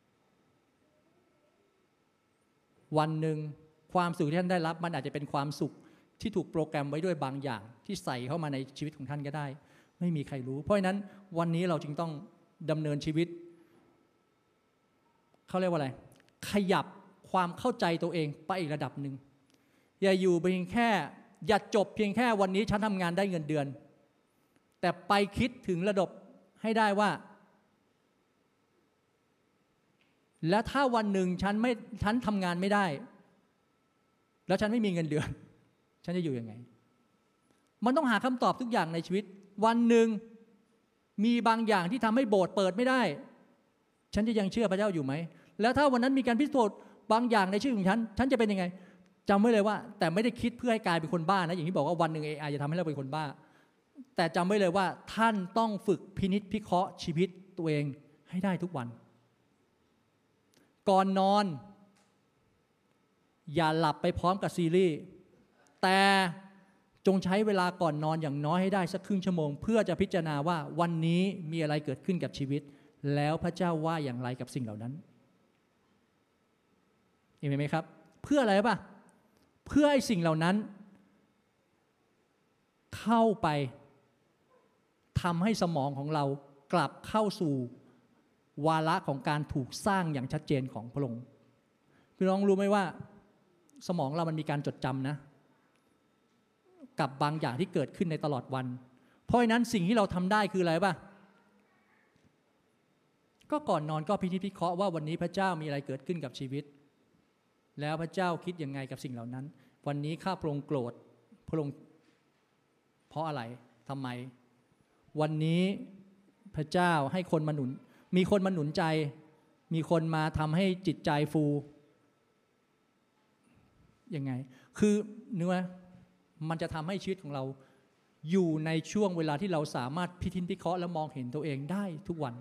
S1: วันหนึ่งความสุขที่ท่านได้รับมันอาจจะเป็นความสุขที่ถูกโปรแกรมไว้ด้วยบางอย่างที่ใส่เข้ามาในชีวิตของท่านก็ได้ไม่มีใครรู้เพราะฉะนั้นวันนี้เราจึงต้องดำเนินชีวิตเขาเรียกว่าอะไรขยับความเข้าใจตัวเองไปอีกระดับหนึ่งอย่าอยู่เพียงแค่อย่าจบเพียงแค่วันนี้ฉันทำงานได้เงินเดือนแต่ไปคิดถึงระดับให้ได้ว่าและถ้าวันหนึ่งฉันไม่ฉันทำงานไม่ได้แล้วฉันไม่มีเงินเดือนฉันจะอยู่ยังไงมันต้องหาคำตอบทุกอย่างในชีวิตวันหนึ่งมีบางอย่างที่ทำให้โบสถ์เปิดไม่ได้ฉันจะยังเชื่อพระเจ้าอยู่ไหมแล้วถ้าวันนั้นมีการพิสูจน์บางอย่างในชีวิตของฉันฉันจะเป็นยังไงจำไว้เลยว่าแต่ไม่ได้คิดเพื่อให้กลายเป็นคนบ้านะอย่างที่บอกว่าวันหนึ่ง เอ ไอ จะทำให้เราเป็นคนบ้าแต่จำไว้เลยว่าท่านต้องฝึกพินิจพิเคราะห์ชีวิตตัวเองให้ได้ทุกวันก่อนนอนอย่าหลับไปพร้อมกับซีรีส์แต่จงใช้เวลาก่อนนอนอย่างน้อยให้ได้สักครึ่งชั่วโมงเพื่อจะพิจารณาว่าวันนี้มีอะไรเกิดขึ้นกับชีวิตแล้วพระเจ้าว่าอย่างไรกับสิ่งเหล่านั้นเห็นไหมครับเพื่ออะไรป่ะเพื่อให้สิ่งเหล่านั้นเข้าไปทำให้สมองของเรากลับเข้าสู่วาระของการถูกสร้างอย่างชัดเจนของพระองค์พี่น้องรู้ไหมว่าสมองเรามันมีการจดจำนะกับบางอย่างที่เกิดขึ้นในตลอดวันเพราะฉะนั้นสิ่งที่เราทำได้คืออะไรป่ะก็ก่อนนอนก็พินิจพิเคราะห์ว่าวันนี้พระเจ้ามีอะไรเกิดขึ้นกับชีวิตแล้วพระเจ้าคิดยังไงกับสิ่งเหล่านั้นวันนี้ข้าพระองค์โกรธพระองค์เพราะอะไรทำไมวันนี้พระเจ้าให้คนมาหนุนมีคนมาหนุนใจมีคนมาทำให้จิตใจฟูยังไงคือเนื้อมันจะทำให้ชีวิตของเราอยู่ในช่วงเวลาที่เราสามารถพิทินพิเคราะห์และมองเห็นตัวเองได้ทุกวัน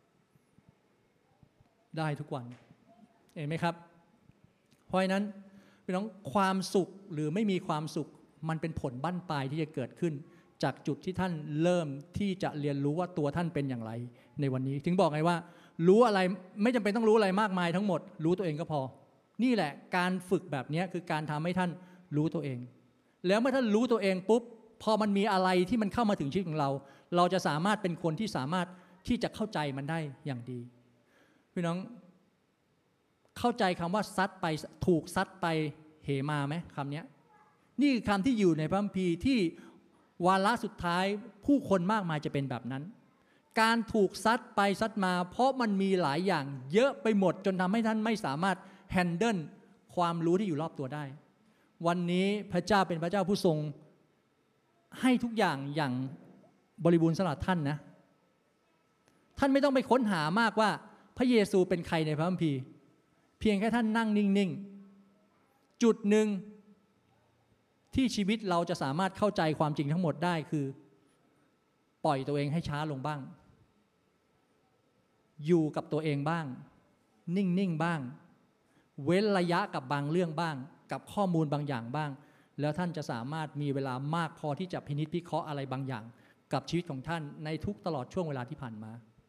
S1: ได้ทุกวันเห็นไหมครับเพราะฉะนั้นพี่น้องความสุขหรือไม่มีความสุขมันเป็นผลบั้นปลายที่จะเกิดขึ้นจากจุดที่ท่านเริ่มที่จะเรียนรู้ว่าตัวท่านเป็นอย่างไรในวันนี้ถึงบอกไงว่ารู้อะไรไม่จำเป็นต้องรู้อะไรมากมายทั้งหมดรู้ตัวเองก็พอนี่แหละการฝึกแบบนี้คือการทำให้ท่านรู้ตัวเองแล้วเมื่อท่านรู้ตัวเองปุ๊บพอมันมีอะไรที่มันเข้ามาถึงชีวิตของเราเราจะสามารถเป็นคนที่สามารถที่จะเข้าใจมันได้อย่างดีพี่น้องเข้าใจคำว่าซัดไปถูกซัดไปเหมาไหมคำนี้นี่คือคำที่อยู่ในพระคัมภีร์ที่วาระสุดท้ายผู้คนมากมายจะเป็นแบบนั้นการถูกซัดไปซัดมาเพราะมันมีหลายอย่างเยอะไปหมดจนทำให้ท่านไม่สามารถแฮนเดิลความรู้ที่อยู่รอบตัวได้วันนี้พระเจ้าเป็นพระเจ้าผู้ทรงให้ทุกอย่างอย่างบริบูรณ์สำหรับท่านนะท่านไม่ต้องไปค้นหามากว่าพระเยซูเป็นใครในพระคัมภีร์เพียงแค่ท่านนั่งนิ่งๆจุดหนึ่งที่ชีวิตเราจะสามารถเข้าใจความจริงทั้งหมดได้คือปล่อยตัวเองให้ช้าลงบ้างอยู่กับตัวเองบ้างนิ่งๆบ้างเว้นระยะกับบางเรื่องบ้างกับข้อมูลบางอย่างบ้างแล้วท่านจะสามารถมีเวลามากพอที่จะพินิจพิเคราะห์อะไรบางอย่างกับชีวิตของท่านในทุกตลอดช่วงเวลาที่ผ่านมา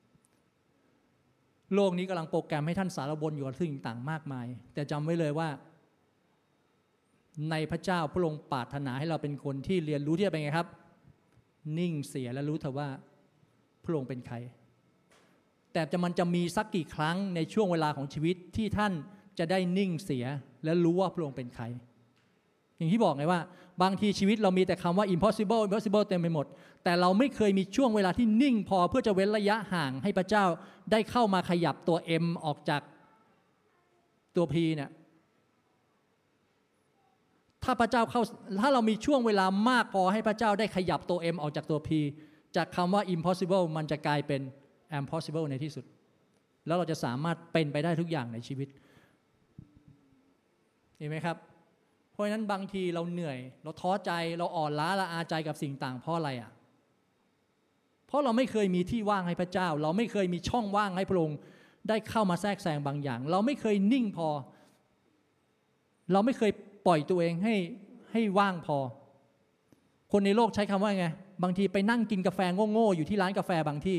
S1: โลกนี้กำลังโปรแกรมให้ท่านสารวนอยู่กับสิ่งต่างๆมากมายแต่จำไว้เลยว่าในพระเจ้าพระองค์ปรารถนาให้เราเป็นคนที่เรียนรู้ที่จะเป็นไงครับนิ่งเสียและรู้เถอะว่าพระองค์เป็นใครแต่จะมันจะมีสักกี่ครั้งในช่วงเวลาของชีวิตที่ท่านจะได้นิ่งเสียและรู้ว่าพระองค์เป็นใครอย่างที่บอกไงว่าบางทีชีวิตเรามีแต่คำว่า impossible impossible เต็มไปหมดแต่เราไม่เคยมีช่วงเวลาที่นิ่งพอเพื่อจะเว้นระยะห่างให้พระเจ้าได้เข้ามาขยับตัว M ออกจากตัว P เนี่ยถ้าพระเจ้าเข้าถ้าเรามีช่วงเวลามากพอให้พระเจ้าได้ขยับตัว M ออกจากตัว P จากคำว่า impossible มันจะกลายเป็น impossible ในที่สุดแล้วเราจะสามารถเป็นไปได้ทุกอย่างในชีวิตเห็นไหมครับเพราะฉะนั้นบางทีเราเหนื่อยเราท้อใจเราอ่อนล้าละอาใจกับสิ่งต่างเพราะอะไรอ่ะเพราะเราไม่เคยมีที่ว่างให้พระเจ้าเราไม่เคยมีช่องว่างให้พระองค์ได้เข้ามาแทรกแซงบางอย่างเราไม่เคยนิ่งพอเราไม่เคยปล่อยตัวเองให้ให้ว่างพอคนในโลกใช้คำว่าไงบางทีไปนั่งกินกาแฟโง่ๆอยู่ที่ร้านกาแฟบางที่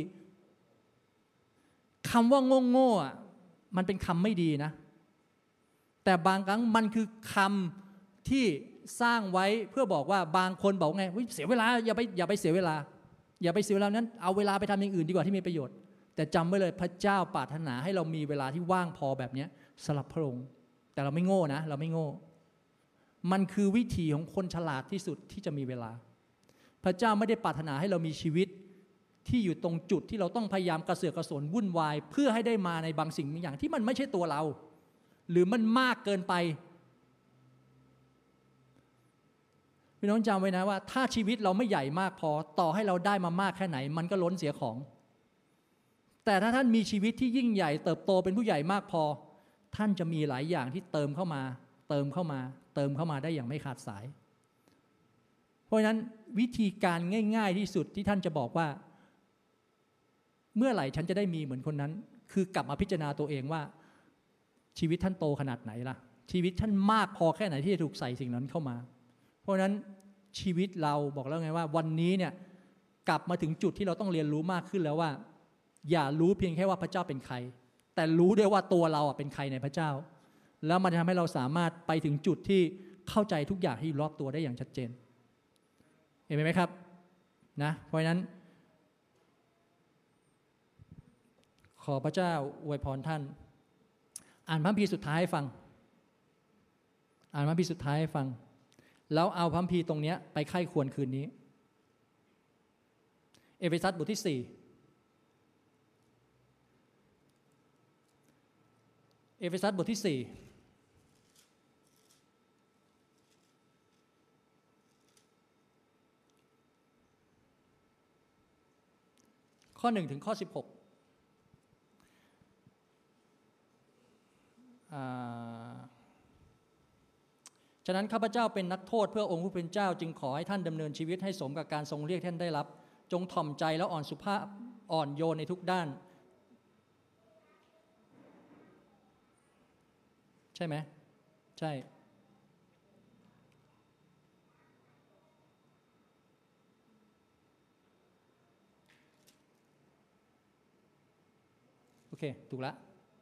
S1: คำว่าโง่ๆอ่ะมันเป็นคำไม่ดีนะแต่บางครั้งมันคือคำที่สร้างไว้เพื่อบอกว่าบางคนบอกไงเสียเวลาอย่าไปอย่าไปเสียเวลาอย่าไปเสียเวลานั้นเอาเวลาไปทำอย่างอื่นดีกว่าที่มีประโยชน์แต่จำไว้เลยพระเจ้าปรารถนาให้เรามีเวลาที่ว่างพอแบบนี้สำหรับพระองค์แต่เราไม่โง่นะเราไม่โง่มันคือวิธีของคนฉลาดที่สุดที่จะมีเวลาพระเจ้าไม่ได้ปรารถนาให้เรามีชีวิตที่อยู่ตรงจุดที่เราต้องพยายามกระเสือกกระสนวุ่นวายเพื่อให้ได้มาในบางสิ่งบางอย่างที่มันไม่ใช่ตัวเราหรือมันมากเกินไปพี่น้องจำไว้นะว่าถ้าชีวิตเราไม่ใหญ่มากพอต่อให้เราได้มามากแค่ไหนมันก็ล้นเสียของแต่ถ้าท่านมีชีวิตที่ยิ่งใหญ่เติบโตเป็นผู้ใหญ่มากพอท่านจะมีหลายอย่างที่เติมเข้ามาเติมเข้ามาเติมเข้ามาได้อย่างไม่ขาดสายเพราะฉะนั้นวิธีการง่ายๆที่สุดที่ท่านจะบอกว่าเมื่อไหร่ฉันจะได้มีเหมือนคนนั้นคือกลับมาพิจารณาตัวเองว่าชีวิตท่านโตขนาดไหนล่ะชีวิตท่านมากพอแค่ไหนที่จะถูกใส่สิ่งนั้นเข้ามาเพราะฉะนั้นชีวิตเราบอกแล้วไงว่าวันนี้เนี่ยกลับมาถึงจุดที่เราต้องเรียนรู้มากขึ้นแล้วว่าอย่ารู้เพียงแค่ว่าพระเจ้าเป็นใครแต่รู้ด้วยว่าตัวเราเป็นใครในพระเจ้าแล้วมันจะทำให้เราสามารถไปถึงจุดที่เข้าใจทุกอย่างที่อยู่รอบตัวได้อย่างชัดเจนเห็นไหมครับนะเพราะฉะนั้นขอพระเจ้าอวยพรท่านอ่านพระคัมภีร์สุดท้ายให้ฟังอ่านพระคัมภีร์สุดท้ายให้ฟังแล้วเอาพระคัมภีร์ตรงนี้ไปไข้ควรคืนนี้เอเฟซัสบทที่สี่เอเฟซัสบทที่สี่ข้อหนึ่งถึงข้อสิบหกฉะนั้นข้าพเจ้าเป็นนักโทษเพื่อองค์ผู้เป็นเจ้าจึงขอให้ท่านดำเนินชีวิตให้สมกับการทรงเรียกท่านได้รับจงถ่อมใจและอ่อนสุภาพอ่อนโยนในทุกด้านใช่ไหมใช่โอเคถูกแล้ว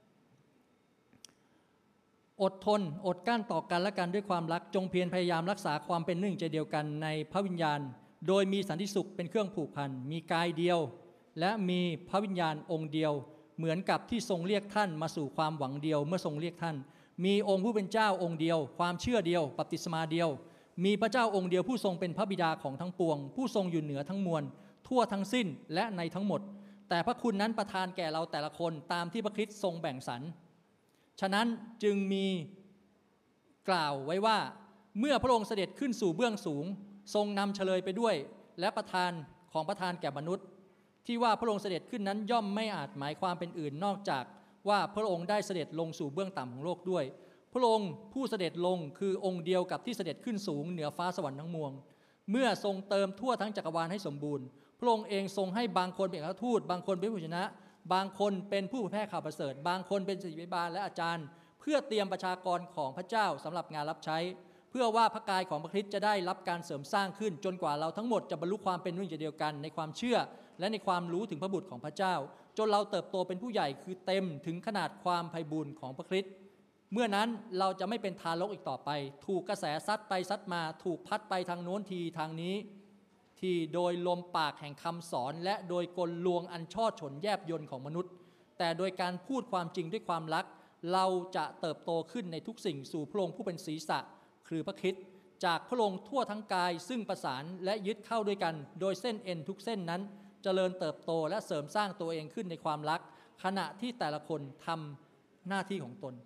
S1: อดทนอดกลั้นต่อกันและกันด้วยความรักจงเพียรพยายามรักษาความเป็นหนึ่งใจเดียวกันในพระวิญญาณโดยมีสันติสุขเป็นเครื่องผูกพันมีกายเดียวและมีพระวิญญาณองค์เดียวเหมือนกับที่ทรงเรียกท่านมาสู่ความหวังเดียวเมื่อทรงเรียกท่านมีองค์ผู้เป็นเจ้าองค์เดียวความเชื่อเดียวบัพติศมาเดียวมีพระเจ้าองค์เดียวผู้ทรงเป็นพระบิดาของทั้งปวงผู้ทรงอยู่เหนือทั้งมวลทั่วทั้งสิ้นและในทั้งหมดแต่พระคุณนั้นประทานแก่เราแต่ละคนตามที่พระคริสต์ทรงแบ่งสรรฉะนั้นจึงมีกล่าวไว้ว่าเมื่อพระองค์เสด็จขึ้นสู่เบื้องสูงทรงนำเฉลยไปด้วยและประทานของประทานแก่มนุษย์ที่ว่าพระองค์เสด็จขึ้นนั้นย่อมไม่อาจหมายความเป็นอื่นนอกจากว่าพระองค์ได้เสด็จลงสู่เบื้องต่ำของโลกด้วย พระองค์ผู้เสด็จลงคือองค์เดียวกับที่เสด็จขึ้นสูงเหนือฟ้าสวรรค์ทั้งมวลเมื่อทรงเติมทั่วทั้งจักรวาลให้สมบูรณ์พระองค์เองทรงให้บางคนเป็นอัครทูตบางคนเป็นผู้ชนะบางคนเป็นผู้แพร่ข่าวประเสริฐบางคนเป็นศิษย์บาลและอาจารย์เพื่อเตรียมประชากรของพระเจ้าสำหรับงานรับใช้เพื่อว่าพระกายของพระคริสต์จะได้รับการเสริมสร้างขึ้นจนกว่าเราทั้งหมดจะบรรลุความเป็นหนึ่งเดียวกันในความเชื่อและในความรู้ถึงพระบุตรของพระเจ้าจนเราเติบโตเป็นผู้ใหญ่คือเต็มถึงขนาดความไพบูลย์ของพระคริสต์เมื่อนั้นเราจะไม่เป็นทารกอีกต่อไปถูกกระแสซัดไปซัดมาถูกพัดไปทางโน้นทีทางนี้ที่โดยลมปากแห่งคำสอนและโดยกลลวงอันช่อฉนแยบยลของมนุษย์แต่โดยการพูดความจริงด้วยความรักเราจะเติบโตขึ้นในทุกสิ่งสู่พระองค์ผู้เป็นศีรษะคือพระคริสต์จากพระองค์ทั่วทั้งกายซึ่งประสานและยึดเข้าด้วยกันโดยเส้นเอ็นทุกเส้นนั้นเจริญเติบโตและเสริมสร้างตัวเองขึ้นในความรักขณะที่แต่ละคนทำหน้าที่ของตน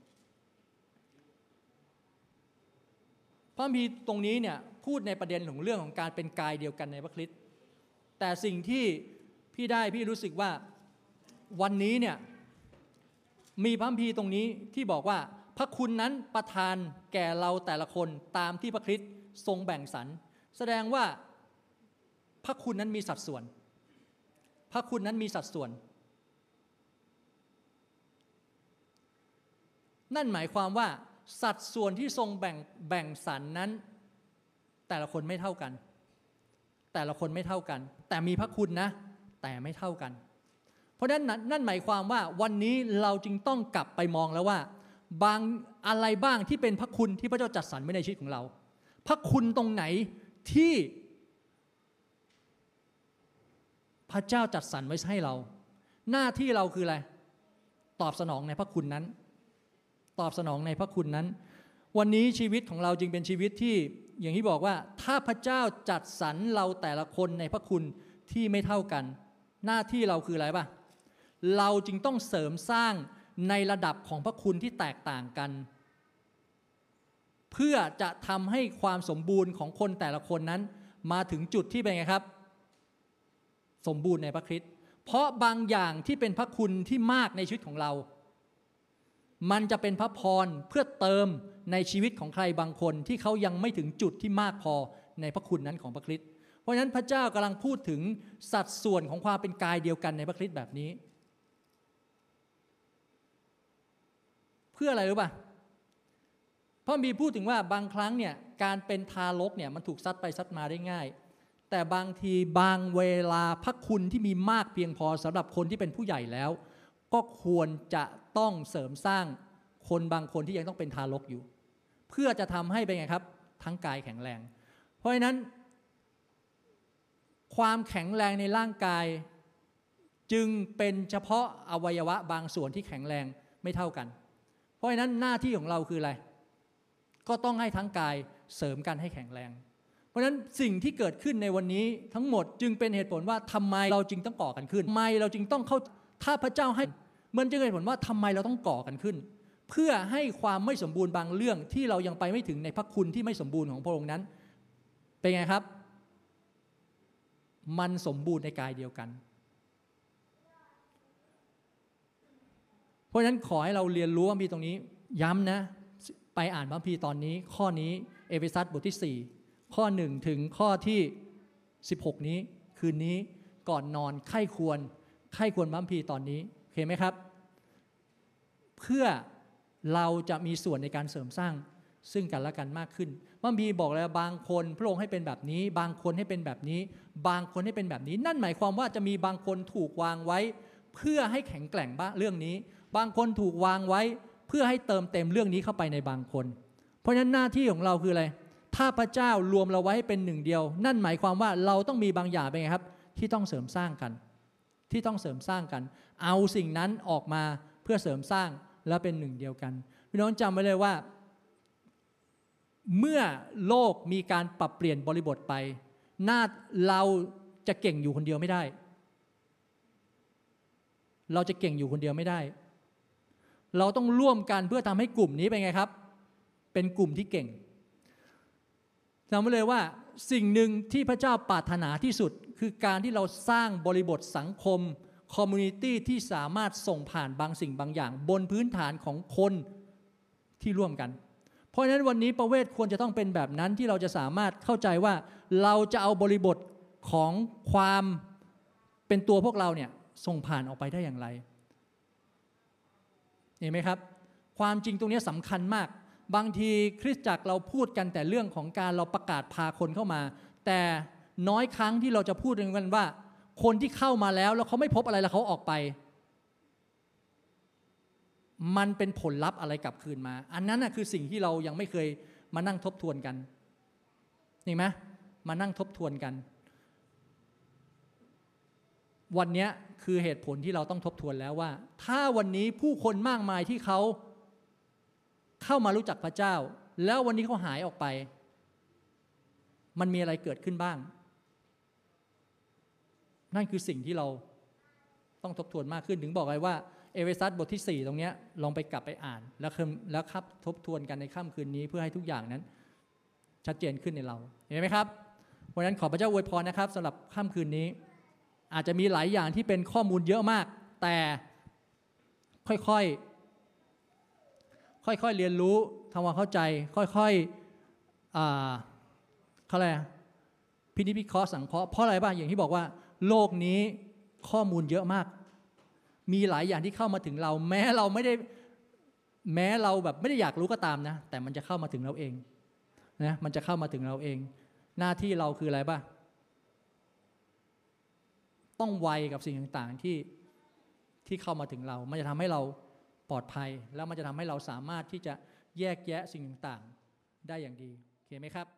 S1: พระคัมภีร์ตรงนี้เนี่ยพูดในประเด็นของเรื่องของการเป็นกายเดียวกันในพระคริสต์แต่สิ่งที่พี่ได้พี่รู้สึกว่าวันนี้เนี่ยมีพระคัมภีร์ตรงนี้ที่บอกว่าพระคุณนั้นประทานแก่เราแต่ละคนตามที่พระคริสต์ทรงแบ่งสรรแสดงว่าพระคุณนั้นมีสัดส่วนพระคุณนั้นมีสัดส่วนนั่นหมายความว่าสัดส่วนที่ทรงแบ่งแบ่งสรรนั้นแต่ละคนไม่เท่ากันแต่ละคนไม่เท่ากันแต่มีพระคุณนะแต่ไม่เท่ากันเพราะฉะนั้นนั่นหมายความว่าวันนี้เราจึงต้องกลับไปมองแล้วว่าบางอะไรบ้างที่เป็นพระคุณที่พระเจ้าจัดสรรไว้ในชีวิตของเราพระคุณตรงไหนที่พระเจ้าจัดสรรไว้ให้เราหน้าที่เราคืออะไรตอบสนองในพระคุณนั้นตอบสนองในพระคุณนั้นวันนี้ชีวิตของเราจึงเป็นชีวิตที่อย่างที่บอกว่าถ้าพระเจ้าจัดสรรเราแต่ละคนในพระคุณที่ไม่เท่ากันหน้าที่เราคืออะไรป่ะเราจึงต้องเสริมสร้างในระดับของพระคุณที่แตกต่างกันเพื่อจะทำให้ความสมบูรณ์ของคนแต่ละคนนั้นมาถึงจุดที่เป็นไงครับสมบูรณ์ในพระคริสต์เพราะบางอย่างที่เป็นพระคุณที่มากในชีวิตของเรามันจะเป็นพระพรเพื่อเติมในชีวิตของใครบางคนที่เขายังไม่ถึงจุดที่มากพอในพระคุณนั้นของพระคริสต์เพราะฉะนั้นพระเจ้ากำลังพูดถึงสัดส่วนของความเป็นกายเดียวกันในพระคริสต์แบบนี้เพื่ออะไรรู้ป่ะเพราะมีพูดถึงว่าบางครั้งเนี่ยการเป็นทารกเนี่ยมันถูกซัดไปซัดมาได้ง่ายแต่บางทีบางเวลาพระคุณที่มีมากเพียงพอสำหรับคนที่เป็นผู้ใหญ่แล้วก็ควรจะต้องเสริมสร้างคนบางคนที่ยังต้องเป็นทารกอยู่เพื่อจะทำให้เป็นไงครับทั้งกายแข็งแรงเพราะฉะนั้นความแข็งแรงในร่างกายจึงเป็นเฉพาะอวัยวะบางส่วนที่แข็งแรงไม่เท่ากันเพราะฉะนั้นหน้าที่ของเราคืออะไรก็ต้องให้ทั้งกายเสริมกันให้แข็งแรงเพราะฉะนั้นสิ่งที่เกิดขึ้นในวันนี้ทั้งหมดจึงเป็นเหตุผลว่าทำไมเราจึงต้องก่อกันขึ้นทำไมเราจึงต้องเข้าถ้าพระเจ้าให้มันจึงเป็นเหตุผลว่าทำไมเราต้องก่อกันขึ้นเพื่อให้ความไม่สมบูรณ์บางเรื่องที่เรายังไปไม่ถึงในพระคุณที่ไม่สมบูรณ์ของพระองค์นั้นเป็นไงครับมันสมบูรณ์ในกายเดียวกันเพราะฉะนั้นขอให้เราเรียนรู้ว่ามีตรงนี้ย้ำนะไปอ่านพระคัมภีร์ตอนนี้ข้อนี้เอเฟซัสบทที่สี่ข้อหนึ่งถึงข้อที่สิบหกนี้คืนนี้ก่อนนอนใคร่ควรใคร่ควรพระคัมภีร์ตอนนี้โอเคไหมครับเพื่อเราจะมีส่วนในการเสริมสร้างซึ่งกันและกันมากขึ้นพระคัมภีร์บอกแล้วบางคนพระองค์ให้เป็นแบบนี้บางคนให้เป็นแบบนี้บางคนให้เป็นแบบนี้นั่นหมายความว่าจะมีบางคนถูกวางไว้เพื่อให้แข็งแกร่งบ้างเรื่องนี้บางคนถูกวางไว้เพื่อให้เติมเต็มเรื่องนี้เข้าไปในบางคนเพราะฉะนั้นหน้าที่ของเราคืออะไรถ้าพระเจ้ารวมเราไว้ให้เป็นหนึ่งเดียวนั่นหมายความว่าเราต้องมีบางอย่างเป็นไงครับที่ต้องเสริมสร้างกันที่ต้องเสริมสร้างกันเอาสิ่งนั้นออกมาเพื่อเสริมสร้างแล้วเป็นหนึ่งเดียวกันพี่น้องจำไว้เลยว่าเมื่อโลกมีการปรับเปลี่ยนบริบทไปหน้าเราจะเก่งอยู่คนเดียวไม่ได้เราจะเก่งอยู่คนเดียวไม่ได้เราต้องร่วมกันเพื่อทำให้กลุ่มนี้เป็นไงครับเป็นกลุ่มที่เก่งจำไว้เลยว่าสิ่งหนึ่งที่พระเจ้าปรารถนาที่สุดคือการที่เราสร้างบริบทสังคมคอมมูนิตี้ที่สามารถส่งผ่านบางสิ่งบางอย่างบนพื้นฐานของคนที่ร่วมกันพราะฉะนั้นวันนี้ประเวทควรจะต้องเป็นแบบนั้นที่เราจะสามารถเข้าใจว่าเราจะเอาบริบทของความเป็นตัวพวกเราเนี่ยส่งผ่านออกไปได้อย่างไรเห็นไหมครับความจริงตรงนี้สำคัญมากบางทีคริสตจักรเราพูดกันแต่เรื่องของการเราประกาศพาคนเข้ามาแต่น้อยครั้งที่เราจะพูดกันว่าคนที่เข้ามาแล้วแล้วเขาไม่พบอะไรแล้วเขาออกไปมันเป็นผลลัพธ์อะไรกลับคืนมาอันนั้นนะคือสิ่งที่เรายังไม่เคยมานั่งทบทวนกันเห็นไหมมานั่งทบทวนกันวันนี้คือเหตุผลที่เราต้องทบทวนแล้วว่าถ้าวันนี้ผู้คนมากมายที่เขาเข้ามารู้จักพระเจ้าแล้ววันนี้เขาหายออกไปมันมีอะไรเกิดขึ้นบ้างนั่นคือสิ่งที่เราต้องทบทวนมากขึ้นถึงบอกไว้ว่าเอเฟซัสบทที่สี่ตรงนี้ลองไปกลับไปอ่านแล้วแล้วครับทบทวนกันในค่ำคืนนี้เพื่อให้ทุกอย่างนั้นชัดเจนขึ้นในเราเห็นไหมครับเพราะฉะนั้นขอพระเจ้าอวยพรนะครับสำหรับค่ำคืนนี้อาจจะมีหลายอย่างที่เป็นข้อมูลเยอะมากแต่ค่อยๆค่อยๆเรียนรู้ทำความเข้าใจค่อยๆอ่าเขาอะไรพินิจพิเคราะห์สังเคราะห์เพราะอะไรบ้างอย่างที่บอกว่าโลกนี้ข้อมูลเยอะมากมีหลายอย่างที่เข้ามาถึงเราแม้เราไม่ได้แม้เราแบบไม่ได้อยากรู้ก็ตามนะแต่มันจะเข้ามาถึงเราเองนะมันจะเข้ามาถึงเราเองหน้าที่เราคืออะไรบ้างต้องไวกับสิ่งต่างๆที่ที่เข้ามาถึงเรามันจะทำให้เราปลอดภัยแล้วมันจะทำให้เราสามารถที่จะแยกแยะสิ่งต่างๆได้อย่างดีโอเคไหมครับ